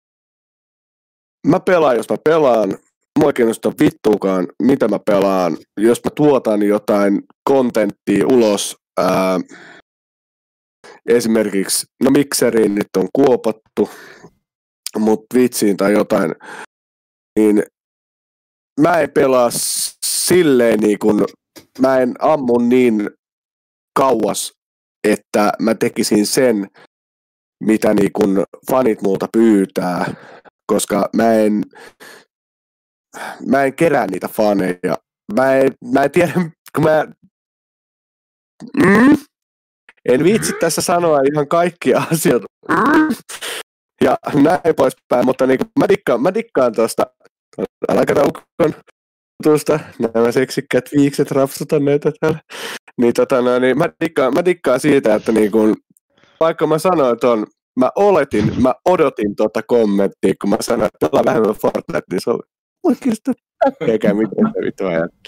Speaker 3: Mä pelaan, jos mä pelaan. Mua ei kiinnosta vittuukaan, mitä mä pelaan. Jos mä tuotan jotain kontenttia ulos, ää, esimerkiksi, no mikseriin nyt on kuopattu, mutta vitsiin tai jotain, niin mä en pelaa silleen niin kuin, mä en ammu niin kauas, että mä tekisin sen, mitä niin kuin fanit multa pyytää, koska mä en, mä en kerää niitä faneja. Mä en, mä en tiedä, kun mä... Mm? En viitsi tässä sanoa ihan kaikkia asioita. Ja näin poispäin, mutta niin mä dikkaan, mä dikkaan tuosta Alakataukon tuosta, nämä seksikkäät viikset rapsutan näitä täällä. Niin, tota, no, niin mä, dikkaan, mä dikkaan siitä, että niin kun, vaikka mä sanoin ton, mä oletin, mä odotin tuota kommenttia, kun mä sanoin, että ollaan vähemmän Fortnite, niin se on oikein sitä eikä mitään vittua.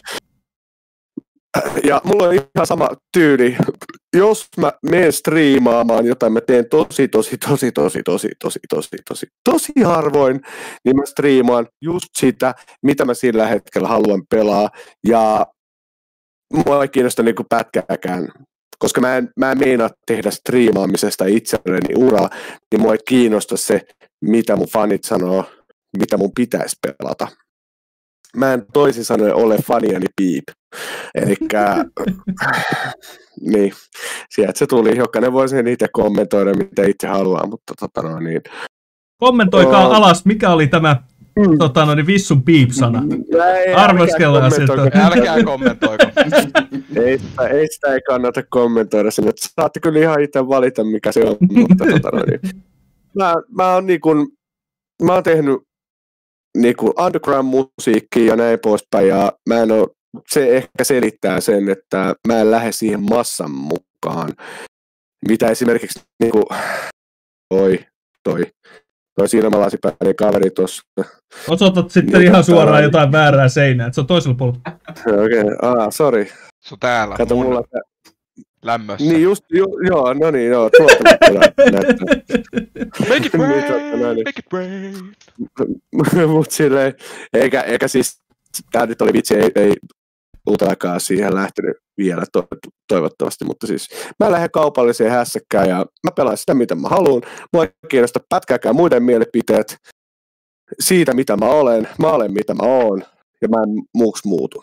Speaker 3: Ja mulla on ihan sama tyyli. Jos mä menen striimaamaan jotain, mä teen tosi, tosi, tosi, tosi, tosi, tosi, tosi, tosi, tosi harvoin, niin mä striimaan just sitä, mitä mä sillä hetkellä haluan pelaa. Ja mua ei kiinnosta niinku pätkääkään, koska mä en, mä en meinaa tehdä striimaamisesta itselleni uraa, niin mua ei kiinnosta se, mitä mun fanit sanoo, mitä mun pitäisi pelata. Mä en toisin sanoen ole faniani piip. Elikkä, niin, sieltä se tuli. Jokainen voi sen itse kommentoida, mitä itse haluaa, mutta tota no niin.
Speaker 1: Kommentoikaa
Speaker 3: oh.
Speaker 1: alas, mikä oli tämä mm. tota no niin, vissun piip-sana. Arvoskellaan sitä.
Speaker 4: Älkää kommentoiko.
Speaker 3: ei, sitä, ei sitä ei kannata kommentoida sen, että saatte kyllä ihan itse valita, mikä se on. mutta tota no niin. Mä, mä oon niin kuin, mä oon tehnyt niinku underground-musiikkia ja näin poispäin, ja mä en oo, se ehkä selittää sen, että mä en lähde siihen massan mukaan. Mitä esimerkiksi niinku, toi, toi, toi silmälasipäinen kaveri tossa.
Speaker 1: Osoitat sitten niin, ihan suoraan täällä jotain väärää seinää, että se on toisella puolella.
Speaker 3: Okei, okay. ah, sori.
Speaker 4: Se täällä,
Speaker 3: kato mulla
Speaker 4: lämmössä.
Speaker 3: Niin just, ju, joo, no niin, joo, tuolta näyttää.
Speaker 4: Make it rain, make it rain.
Speaker 3: Mut silleen, eikä, eikä siis, tää nyt oli vitsi, ei, ei uutakaan siihen lähtenyt vielä to, toivottavasti, mutta siis mä lähden kaupalliseen hässäkkään ja mä pelaan sitä, mitä mä haluan. Mua ei kiinnosta pätkääkään muiden mielipiteet siitä, mitä mä olen. Mä olen, mitä mä oon, ja mä en muuks muutu.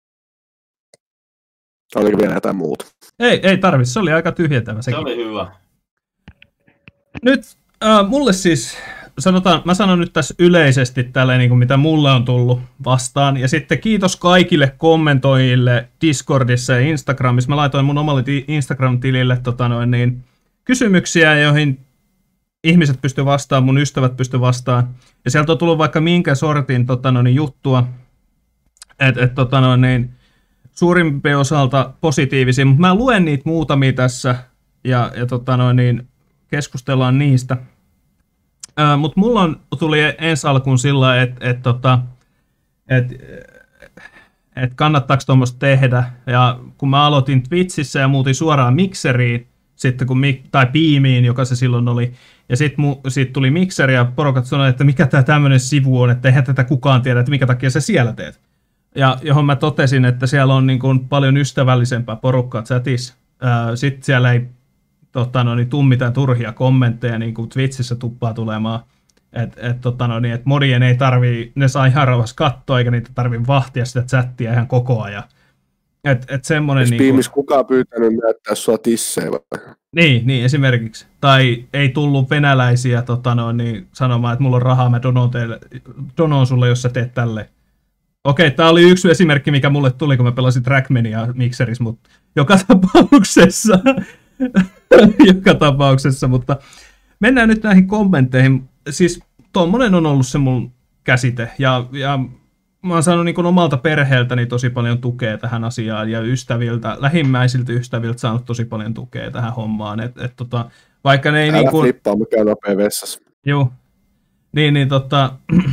Speaker 3: Oliko vielä jotain muuta?
Speaker 1: Ei, ei tarvitse, se oli aika tyhjentävä sekin.
Speaker 2: Se oli hyvä.
Speaker 1: Nyt äh, mulle siis, sanotaan, mä sanon nyt tässä yleisesti tälleen, niin kuin mitä mulle on tullut vastaan. Ja sitten kiitos kaikille kommentoijille Discordissa ja Instagramissa. Mä laitoin mun omalle Instagram-tilille tota noin, niin, kysymyksiä, joihin ihmiset pysty vastaamaan, mun ystävät pysty vastaamaan. Ja sieltä on tullut vaikka minkä sortin tota noin, juttua. Että et, tota noin, niin, suurimpien osalta positiivisia, mutta mä luen niitä muutamia tässä ja, ja tota noin, niin keskustellaan niistä. Äh, mutta mulla on, tuli ensi alkuun sillä, että et, tota, et, et kannattaako tuommoista tehdä. Ja kun mä aloitin Twitchissä ja muutin suoraan Mixeriin, sitten kun, tai Beamiin, joka se silloin oli, ja sitten sit tuli Mixeri ja porukat sanoi, että mikä tämä tämmöinen sivu on, että eihän tätä kukaan tiedä, että mikä takia sä siellä teet. Ja johon mä totesin, että siellä on niin kuin paljon ystävällisempää porukkaa chatissa. Sitten siellä ei tota, no, niin, tuu mitään turhia kommentteja, niin kuin Twitchissä tuppaa tulemaan. Että et, tota, no, niin, et modien ei tarvii, ne saa ihan rauhassa katsoa, eikä niitä tarvii vahtia sitä chattia ihan koko ajan. Et, et semmonen, niin
Speaker 3: Beamis kukaan pyytänyt näyttää sua tissejä vai?
Speaker 1: Niin, niin, esimerkiksi. Tai ei tullut venäläisiä tota, no, niin, sanomaan, että mulla on rahaa, mä donoon, teille, donoon sulle, jos sä teet tälleen. Okei, tämä oli yksi esimerkki, mikä mulle tuli, kun mä pelasin Trackmania Mixerissä, mutta joka tapauksessa, joka tapauksessa, mutta mennään nyt näihin kommentteihin. Siis tommonen on ollut se mun käsite, ja, ja mä oon saanut niin omalta perheeltäni tosi paljon tukea tähän asiaan, ja ystäviltä, lähimmäisiltä ystäviltä saanut tosi paljon tukea tähän hommaan, et, et, tota, vaikka ne ei
Speaker 3: Älä
Speaker 1: niin kuin...
Speaker 3: flippaa, mikä on nopea vessassa.
Speaker 1: Joo, niin, niin tota...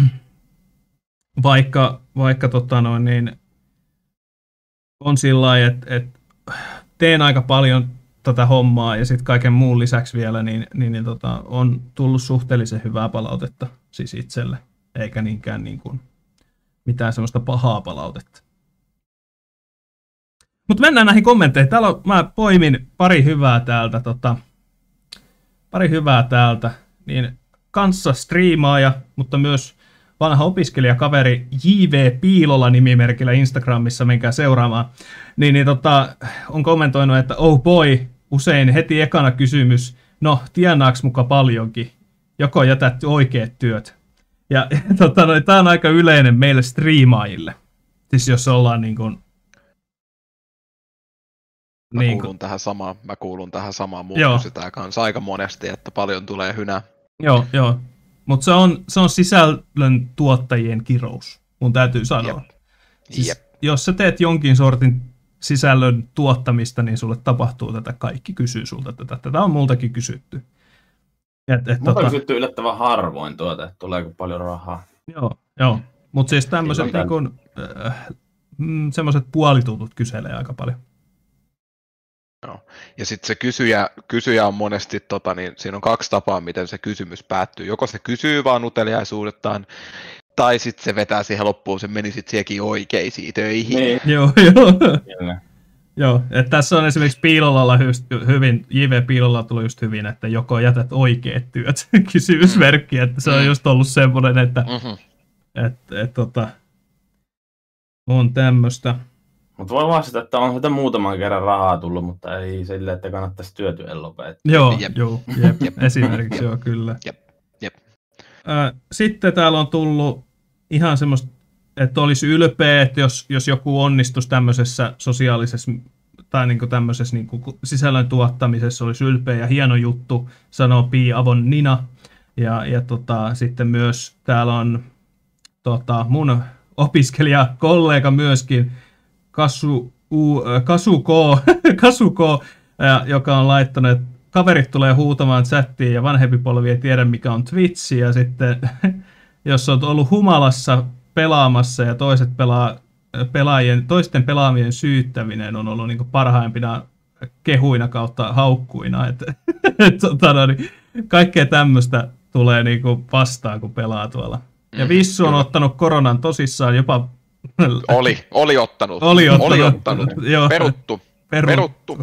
Speaker 1: Vaikka, vaikka tota noin, niin on sillä lailla, että et teen aika paljon tätä hommaa ja sitten kaiken muun lisäksi vielä, niin, niin, niin tota, on tullut suhteellisen hyvää palautetta siis itselle, eikä niinkään niin kuin mitään semmoista pahaa palautetta. Mutta mennään näihin kommentteihin. Täällä on, mä poimin pari hyvää täältä, tota, pari hyvää täältä, niin kanssa striimaaja, mutta myös vanha opiskelijakaveri J V Piilola nimimerkillä Instagramissa, menkää seuraamaan, niin, niin tota, on kommentoinut, että oh boy, usein heti ekana kysymys, no tienaaks muka paljonkin, joko jätät oikeat työt. Ja, ja tota, no, tää on aika yleinen meille striimaajille, siis jos ollaan niin kuin,
Speaker 4: Mä
Speaker 1: niin,
Speaker 4: kuulun tähän samaan, mä kuulun tähän samaan
Speaker 1: Joo.
Speaker 4: muuttu sitä kanssa aika monesti, että paljon tulee hynää.
Speaker 1: Joo, joo. Mutta se on, se on sisällön tuottajien kirous, mun täytyy sanoa.
Speaker 4: Jep.
Speaker 1: Siis,
Speaker 4: Jep.
Speaker 1: jos sä teet jonkin sortin sisällön tuottamista, niin sulle tapahtuu tätä. Kaikki kysyy sulta tätä. Tätä on multakin kysytty. Et, et,
Speaker 2: Mutta on
Speaker 1: tota,
Speaker 2: kysytty yllättävän harvoin tuota, että tuleeko paljon rahaa.
Speaker 1: joo, joo. Mutta siis tämmöiset
Speaker 2: Silloin
Speaker 1: niin äh, mm, semmoiset puolitutut kyselee aika paljon.
Speaker 4: Joo. Ja sitten se kysyjä, kysyjä on monesti, tota, niin siinä on kaksi tapaa, miten se kysymys päättyy. Joko se kysyy vaan uteliaisuudettaan, tai sitten se vetää siihen loppuun, se meni sitten siekin oikeisiin töihin.
Speaker 2: Niin,
Speaker 1: Joo, joo.
Speaker 2: kyllä.
Speaker 1: Joo, että tässä on esimerkiksi Piilolalla hy- hyvin, J V Piilolla tuli just hyvin, että joko jätät oikeat työt, kysymysmerkki, että se on just ollut semmoinen, että
Speaker 4: Mm-hmm.
Speaker 1: et, et, tota, on tämmöistä.
Speaker 2: Mutta voi vastata, että on sitä muutaman kerran rahaa tullut, mutta ei silleen, että kannattaisi työtyön lopettaa.
Speaker 1: Joo,
Speaker 4: Jep.
Speaker 1: joo, jep,
Speaker 4: Jep.
Speaker 1: esimerkiksi joo, kyllä.
Speaker 4: Jep, jep.
Speaker 1: Ää, sitten täällä on tullut ihan semmoista, että olisi ylpeä, että jos, jos joku onnistuisi tämmöisessä sosiaalisessa tai niinku tämmöisessä niinku sisällön tuottamisessa, olisi ylpeä ja hieno juttu, sanoo Pi Avon Nina. Ja, ja tota, sitten myös täällä on tota, mun opiskelijakollega myöskin, Kasu, U, Kasuko, Kasuko ja, joka on laittanut, että kaverit tulee huutamaan chattiin ja vanhempi polvi ei tiedä mikä on Twitch. Ja sitten jos on ollut humalassa pelaamassa ja toiset pelaa, pelaajien, toisten pelaamien syyttäminen on ollut niin parhaimpina kehuina kautta haukkuina. Et, et, tota, no, niin, kaikkea tämmöistä tulee niin vastaan, kun pelaa tuolla. Ja Vissu on ottanut koronan tosissaan jopa...
Speaker 4: Oli, oli ottanut.
Speaker 1: Oli ottanut.
Speaker 4: Oli ottanut.
Speaker 1: Joo.
Speaker 4: Peruttu.
Speaker 1: Peru-
Speaker 4: Peruttu.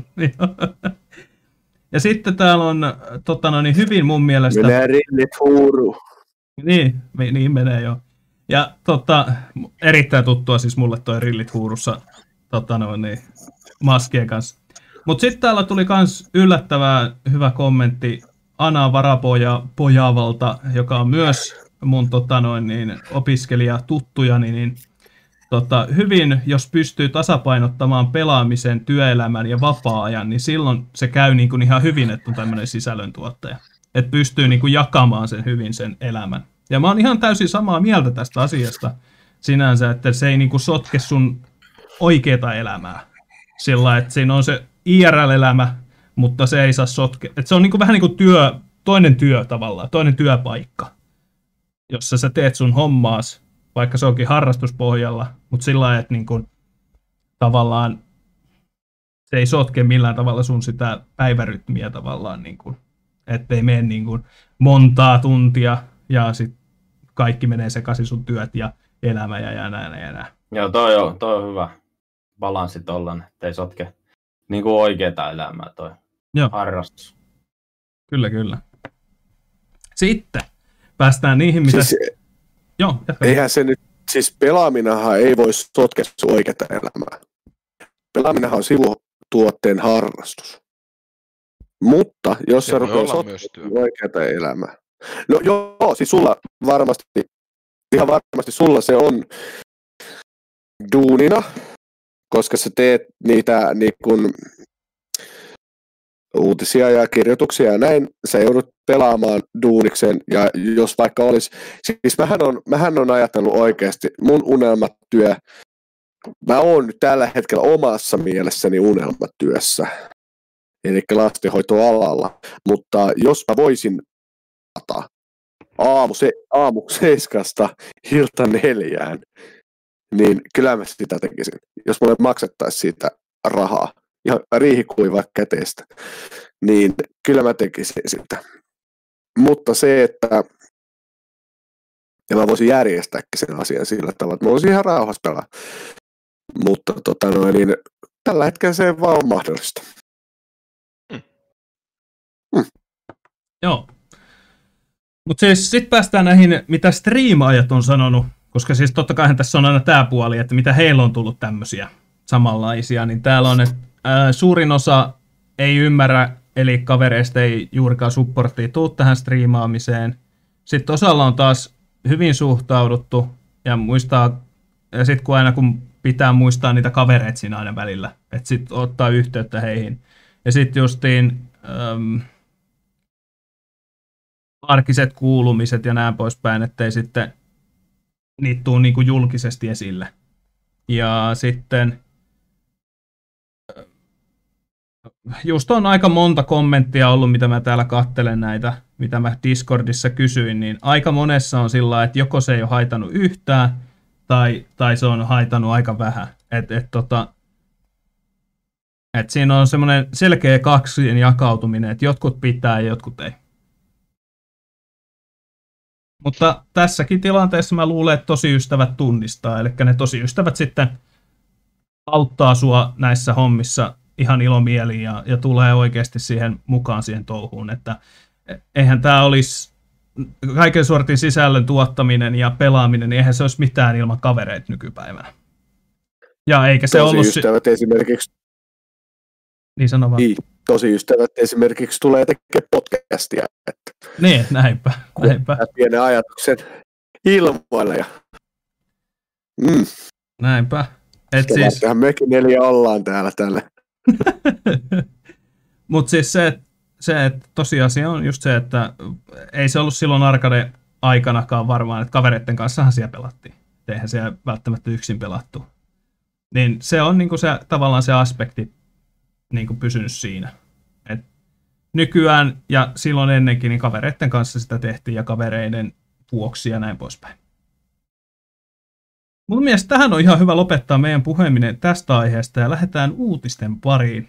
Speaker 1: Ja sitten täällä on tota, no, niin hyvin mun mielestä...
Speaker 3: Menee rillit huuru.
Speaker 1: Niin, me, niin menee jo. Ja tota, erittäin tuttua siis mulle toi rillit huurussa tota, no, niin, maskien kanssa. Mutta sitten täällä tuli kans yllättävää hyvä kommentti Ana Varapoja Pojavalta, joka on myös mun tota, noin, niin, opiskelija tuttujani, niin tota, hyvin, jos pystyy tasapainottamaan pelaamisen, työelämän ja vapaa-ajan, niin silloin se käy niin kuin ihan hyvin, että on tämmöinen sisällöntuottaja. Että pystyy niin kuin jakamaan sen hyvin sen elämän. Ja mä oon ihan täysin samaa mieltä tästä asiasta sinänsä, että se ei niin kuin sotke sun oikeaa elämää. Sillä että siinä on se I R L-elämä, mutta se ei saa sotkea. Että se on niin kuin vähän niin kuin työ, toinen työ tavallaan, toinen työpaikka, jossa sä teet sun hommaas, vaikka se onkin harrastuspohjalla, mutta sillä lailla, että niin kuin, tavallaan se ei sotke millään tavalla sun sitä päivärytmiä tavallaan, niin kuin, ettei mene niin kuin montaa tuntia ja sitten kaikki menee sekaisin sun työt ja elämä ja, ja näin ja näin.
Speaker 2: Joo, toi on, toi on hyvä balanssi tollan, ettei sotke niin kuin oikeeta elämää toi
Speaker 1: Joo.
Speaker 2: harrastus.
Speaker 1: Kyllä, kyllä. Sitten päästään niihin, mitä...
Speaker 3: Siis,
Speaker 1: Joo, jatka.
Speaker 3: eihän se nyt, siis pelaaminenhan ei voi sotkea sun oikeata elämää. Pelaaminenhan on sivutuotteen harrastus. Mutta jos
Speaker 4: Se
Speaker 3: sä
Speaker 4: voi
Speaker 3: rupeat
Speaker 4: olla
Speaker 3: sotkemaan
Speaker 4: myös työ.
Speaker 3: sun oikeata elämää. No joo, siis sulla varmasti, ihan varmasti sulla se on duunina, koska sä teet niitä niin kun, uutisia ja kirjoituksia ja näin, sä joudut pelaamaan duunikseen, ja jos vaikka olisi, siis mähän on, mähän on ajatellut oikeasti, mun unelmatyö, mä oon nyt tällä hetkellä omassa mielessäni unelmatyössä, eli lastenhoitoalalla, mutta jos mä voisin aamu, se, aamu seiskasta ilta neljään, niin kyllä mä sitä tekisin, jos mulle maksettaisiin siitä rahaa. Ihan riihikuiva käteistä, niin kyllä mä tekisin sitä. Mutta se, että ja mä voisin järjestääkin sen asian sillä tavalla, että mä voisin ihan rauhassa pelaa. Mutta tota noin, niin tällä hetkellä se ei vaan ole mahdollista.
Speaker 1: Mm. Mm. Joo. Mutta siis sitten päästään näihin, mitä striimaajat on sanonut, koska siis totta kai tässä on aina tämä puoli, että mitä heillä on tullut tämmöisiä samanlaisia, niin täällä on, että ää, suurin osa ei ymmärrä, eli kavereista ei juurikaan supporttia tuu tähän striimaamiseen. Sitten osalla on taas hyvin suhtauduttu, ja muistaa, ja sitten kun aina kun pitää muistaa niitä kavereita siinä aina välillä, että sitten ottaa yhteyttä heihin. Ja sitten justiin äm, arkiset kuulumiset ja näin poispäin, ettei sitten niitä tule niinku julkisesti esille. Ja sitten just on aika monta kommenttia ollut, mitä mä täällä katselen näitä, mitä mä Discordissa kysyin, niin aika monessa on sillä lailla, että joko se ei ole haitannut yhtään, tai, tai se on haitannut aika vähän. Et, et, tota, et siinä on semmoinen selkeä kaksien jakautuminen, että jotkut pitää ja jotkut ei. Mutta tässäkin tilanteessa mä luulen, että tosiystävät tunnistaa, eli ne tosiystävät sitten auttaa sua näissä hommissa ihan ilomieliin ja, ja tulee oikeasti siihen mukaan siihen touhuun, että eihän tämä olisi kaiken sortin sisällön tuottaminen ja pelaaminen, niin eihän se olisi mitään ilman kavereita nykypäivänä. Ja eikä se ollut...
Speaker 3: Tosiystävät esimerkiksi...
Speaker 1: Niin sano vaan.
Speaker 3: Niin, tosiystävät esimerkiksi tulee tekemään podcastia. Että
Speaker 1: niin, näinpä. näinpä.
Speaker 3: Pienen ajatuksen ilmoille. Ja... Mm.
Speaker 1: Näinpä. Et siis...
Speaker 3: mekin neljä ollaan täällä tällä.
Speaker 1: Mutta siis se, se että tosiasia on just se, että ei se ollut silloin arcade-aikanakaan varmaan, että kavereiden kanssahan siellä pelattiin. Eihän siellä välttämättä yksin pelattu. Niin se on niinku se, tavallaan se aspekti niinku pysynyt siinä. Et nykyään ja silloin ennenkin niin kavereiden kanssa sitä tehtiin ja kavereiden vuoksi ja näin poispäin. Mun mielestä tähän on ihan hyvä lopettaa meidän puheminen tästä aiheesta ja lähdetään uutisten pariin.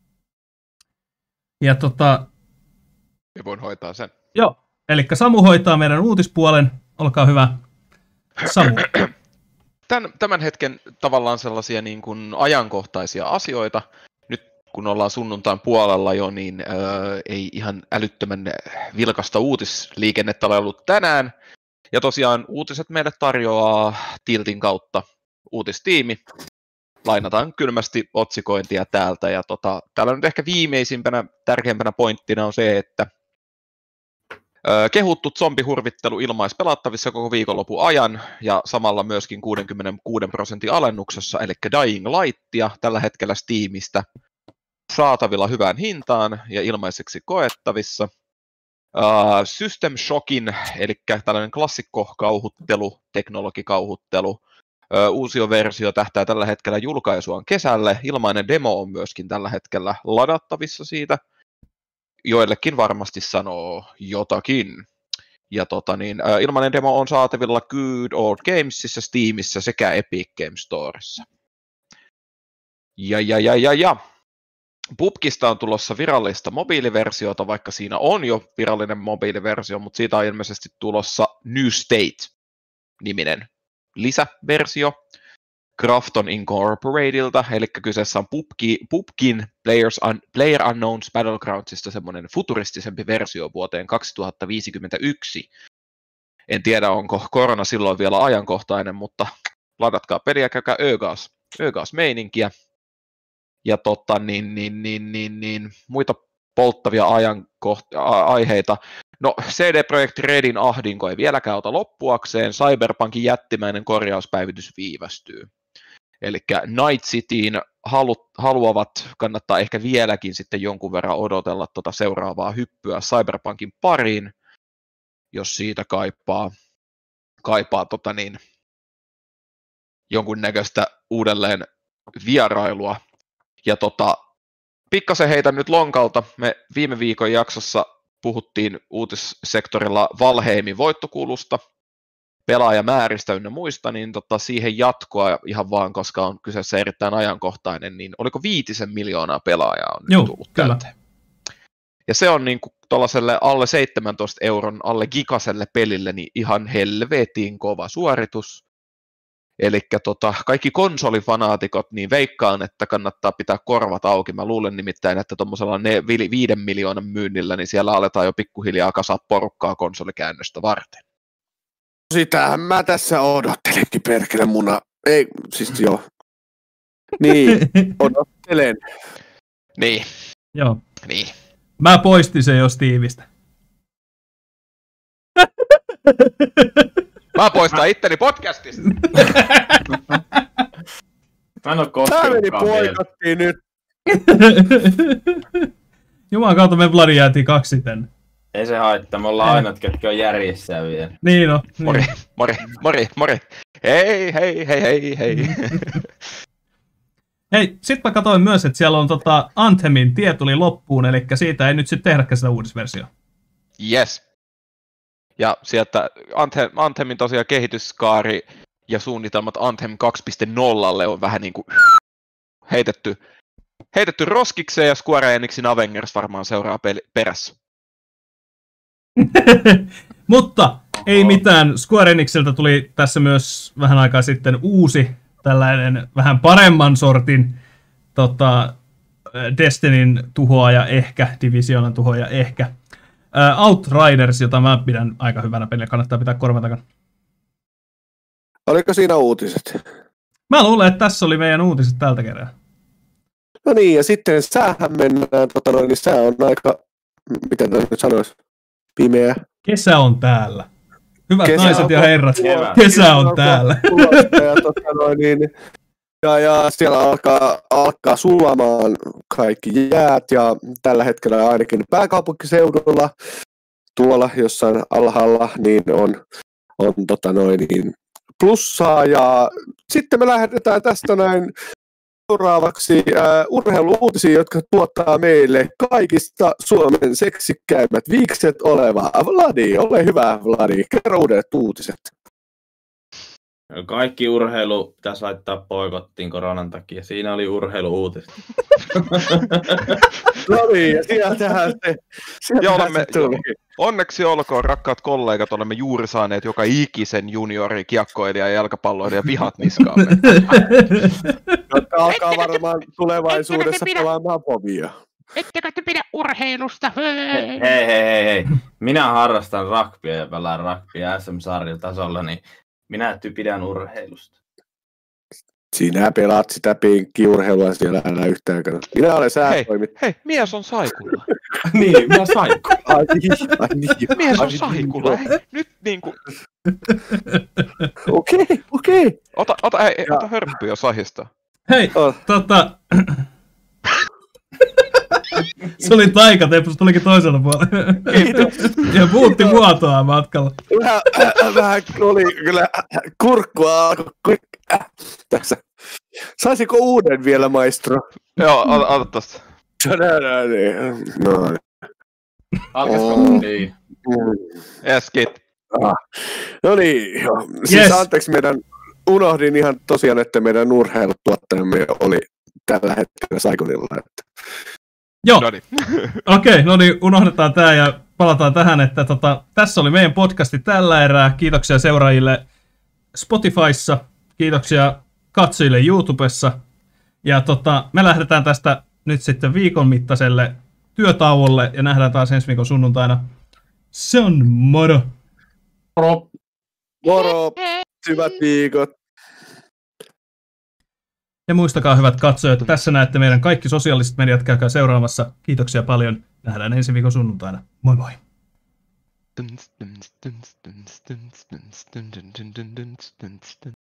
Speaker 1: Ja tota...
Speaker 4: Me voin hoitaa sen.
Speaker 1: Joo, eli Samu hoitaa meidän uutispuolen. Olkaa hyvä. Samu.
Speaker 4: Tän, tämän hetken tavallaan sellaisia niin kuin ajankohtaisia asioita. Nyt kun ollaan sunnuntain puolella jo, niin öö, ei ihan älyttömän vilkasta uutisliikennettä ole ollut tänään. Ja tosiaan uutiset meille tarjoaa Tiltin kautta uutistiimi. Lainataan kylmästi otsikointia täältä. Ja tota, täällä nyt ehkä viimeisimpänä, tärkeimpänä pointtina on se, että ö, kehuttu zombihurvittelu ilmaispelattavissa koko viikonlopun ajan ja samalla myöskin kuusikymmentäkuusi prosentin alennuksessa, eli Dying Lightia tällä hetkellä Steamista saatavilla hyvään hintaan ja ilmaiseksi koettavissa. Uh, System Shockin, eli tällainen klassikkokauhuttelu, teknologikauhuttelu. Uh, uusioversio tähtää tällä hetkellä julkaisuaan kesälle. Ilmainen demo on myöskin tällä hetkellä ladattavissa siitä. Joillekin varmasti sanoo jotakin. Ja tota niin, uh, ilmainen demo on saatavilla Good Old Gamesissa, Steamissa sekä Epic Games Storessa. Ja ja ja ja ja. P U B Gista on tulossa virallista mobiiliversiota, vaikka siinä on jo virallinen mobiiliversio, mutta siitä on ilmeisesti tulossa New State-niminen lisäversio Krafton Incorporatedilta, eli kyseessä on P U B G, P U B Gin Players Un, Player Unknowns Battlegroundsista semmoinen futuristisempi versio vuoteen kaksituhattaviisikymmentäyksi. En tiedä, onko korona silloin vielä ajankohtainen, mutta ladatkaa peliä, käykää Ögas, Ögas-meininkiä. Ja tota, niin, niin, niin, niin, niin, muita polttavia ajankoht- a- aiheita. No, C D Projekt Redin ahdinko ei vieläkään ota loppuakseen. Cyberpunkin jättimäinen korjauspäivitys viivästyy. Eli Night Cityin halu- haluavat, kannattaa ehkä vieläkin sitten jonkun verran odotella tuota seuraavaa hyppyä Cyberpunkin pariin, jos siitä kaipaa, kaipaa tota niin, jonkunnäköistä uudelleen vierailua. Ja tota, pikkasen heitän nyt lonkalta. Me viime viikon jaksossa puhuttiin uutissektorilla Valheimin voittokulusta, pelaajamääristä ynnä muista, niin tota, siihen jatkoa ihan vaan, koska on kyseessä erittäin ajankohtainen, niin oliko viitisen miljoonaa pelaajaa on
Speaker 1: Joo,
Speaker 4: nyt tullut
Speaker 1: kyllä.
Speaker 4: täyteen. Ja se on niin kuin tuollaiselle alle seitsemäntoista euron, alle gikaselle pelille niin ihan helvetin kova suoritus. Eli tota, kaikki konsolifanaatikot, niin veikkaan, että kannattaa pitää korvat auki. Mä luulen nimittäin, että tuommoisella ne viiden miljoonan myynnillä, niin siellä aletaan jo pikkuhiljaa kasaa porukkaa konsolikäännöstä varten.
Speaker 3: Sitähän mä tässä odottelinkin, perkele muna. Ei, siis joo. Niin, odottelen.
Speaker 4: Niin.
Speaker 1: Joo.
Speaker 4: Niin.
Speaker 1: Mä poistin sen jo Steamista.
Speaker 4: Mä poistan itteni podcastista.
Speaker 2: Mä en oo
Speaker 3: Tää meni
Speaker 2: koskenutkaan vielä.
Speaker 3: poikattiin nyt.
Speaker 1: Jumalan kautta me Vladi jäätiin kaksiten.
Speaker 2: Ei se haittaa, me ollaan
Speaker 1: Ei.
Speaker 2: ainoat, ketkä on järjessä vielä.
Speaker 1: Niin no. Niin.
Speaker 4: Mori, mori, mori, mori. Hei, hei, hei, hei, hei.
Speaker 1: Hei, sit mä katsoin myös, että siellä on tota Anthemin tie tuli loppuun, eli siitä ei nyt sitten tehdäkään sitä uudisversiota.
Speaker 4: Yes. Ja sieltä Anthem, Anthemin tosiaan kehityskaari ja suunnitelmat Anthem kaksi piste nolla on vähän niinku heitetty, heitetty roskikseen ja Square Enixin Avengers varmaan seuraa peli, perässä.
Speaker 1: Mutta ei mitään, Square Enixiltä tuli tässä myös vähän aikaa sitten uusi tällainen vähän paremman sortin tota, Destinyn tuhoaja ehkä, Divisionan tuhoaja ehkä. Uh, Outriders, jota mä pidän aika hyvänä peliä, kannattaa pitää korvan takana.
Speaker 3: Oliko siinä uutiset?
Speaker 1: Mä luulen, että tässä oli meidän uutiset tältä kertaa.
Speaker 3: No niin, ja sitten säähän mennään, tota noin, niin sää on aika, miten tämä nyt sanoisi, pimeä.
Speaker 1: Kesä on täällä. Hyvät
Speaker 3: Kesä
Speaker 1: naiset
Speaker 3: on
Speaker 1: ja herrat,
Speaker 2: Kevät.
Speaker 1: kesä on täällä.
Speaker 3: Tulossa ja, tota noin, niin, ja, ja siellä alkaa, alkaa sulamaan kaikki jäät, ja tällä hetkellä ainakin pääkaupunkiseudulla, tuolla jossain alhaalla, niin on, on tota noin, niin plussaa, ja sitten me lähdetään tästä näin seuraavaksi äh, urheilu-uutisia, jotka tuottaa meille kaikista Suomen seksikkäimmät viikset oleva Vladi. Ole hyvä, Vladi. Kerro uudet uutiset.
Speaker 2: Kaikki urheilu pitäisi laittaa poikottiin koronan takia. Siinä oli urheilu-uutiset.
Speaker 3: No niin, ja sieltähän se, sieltähän
Speaker 4: Ja olemme,
Speaker 3: se tuli.
Speaker 4: onneksi olkoon, rakkaat kollegat, olemme juuri saaneet joka ikisen juniori, kiekkoilija ja jalkapalloilija vihat niskaamme.
Speaker 3: Jotka alkaa
Speaker 5: Ettekö te-
Speaker 3: varmaan tulevaisuudessa
Speaker 5: ettekö te pidä-
Speaker 3: pelaamaan povia.
Speaker 5: Ettekö te pidä urheilusta?
Speaker 2: Hei, hei, hei, hei. Minä harrastan rugbya ja pelaan rugbya S M-sarjatasolla, niin minä pidän urheilusta.
Speaker 3: Sinä pelaat sitä pinkkiurheilua siellä, älä yhtään kato. Minä olen
Speaker 4: Hei,
Speaker 3: säätoimittaja.
Speaker 4: hei, mies on saikulla.
Speaker 2: niin, minä saikko.
Speaker 3: Ai niin, ai niin.
Speaker 4: Mies
Speaker 3: Ai
Speaker 4: on
Speaker 3: niin,
Speaker 4: saikulla.
Speaker 3: joo.
Speaker 4: Hei, nyt niinku,
Speaker 3: Okei, okei.
Speaker 4: ota, ota, hei,
Speaker 3: Ja-
Speaker 4: ota hörppyä sahista.
Speaker 1: Hei,
Speaker 3: Oh.
Speaker 1: tota... Se oli taikatemppu, se tulikin toisella puolella.
Speaker 3: Kiitos.
Speaker 1: Ja muutti muotoa matkalla.
Speaker 3: Vähän, vähän oli kyllä kurkkua alkoi äh, tässä. Saisiko uuden vielä, maestro?
Speaker 4: Joo, ota, ota tosta.
Speaker 3: No, no, niin. no.
Speaker 2: Alkaisiko
Speaker 3: Mm.
Speaker 2: niin?
Speaker 3: Mm.
Speaker 4: Yes, kit.
Speaker 3: Ah. No niin, joo. Siis
Speaker 1: Yes.
Speaker 3: anteeksi, meidän unohdin ihan tosiaan, että meidän urheilutuottajamme oli tällä hetkellä Saikonilla. Että...
Speaker 1: Joo,
Speaker 4: Noniin.
Speaker 1: okei, okay, no niin, unohdetaan tää ja palataan tähän, että tota, tässä oli meidän podcasti tällä erää. Kiitoksia seuraajille Spotifyssa, kiitoksia katsojille YouTubessa. Ja tota, me lähdetään tästä nyt sitten viikon mittaiselle työtauolle ja nähdään taas ensi viikon sunnuntaina. Se on moro!
Speaker 2: Moro.
Speaker 3: Moro, hyvät viikot.
Speaker 1: Ja muistakaa hyvät katsojat, tässä näette meidän kaikki sosiaaliset mediat, käykää seuraamassa. Kiitoksia paljon, nähdään ensi viikon sunnuntaina. Moi moi!
Speaker 4: Duns, duns, duns, duns, duns, duns, duns, duns, duns, duns, duns, duns.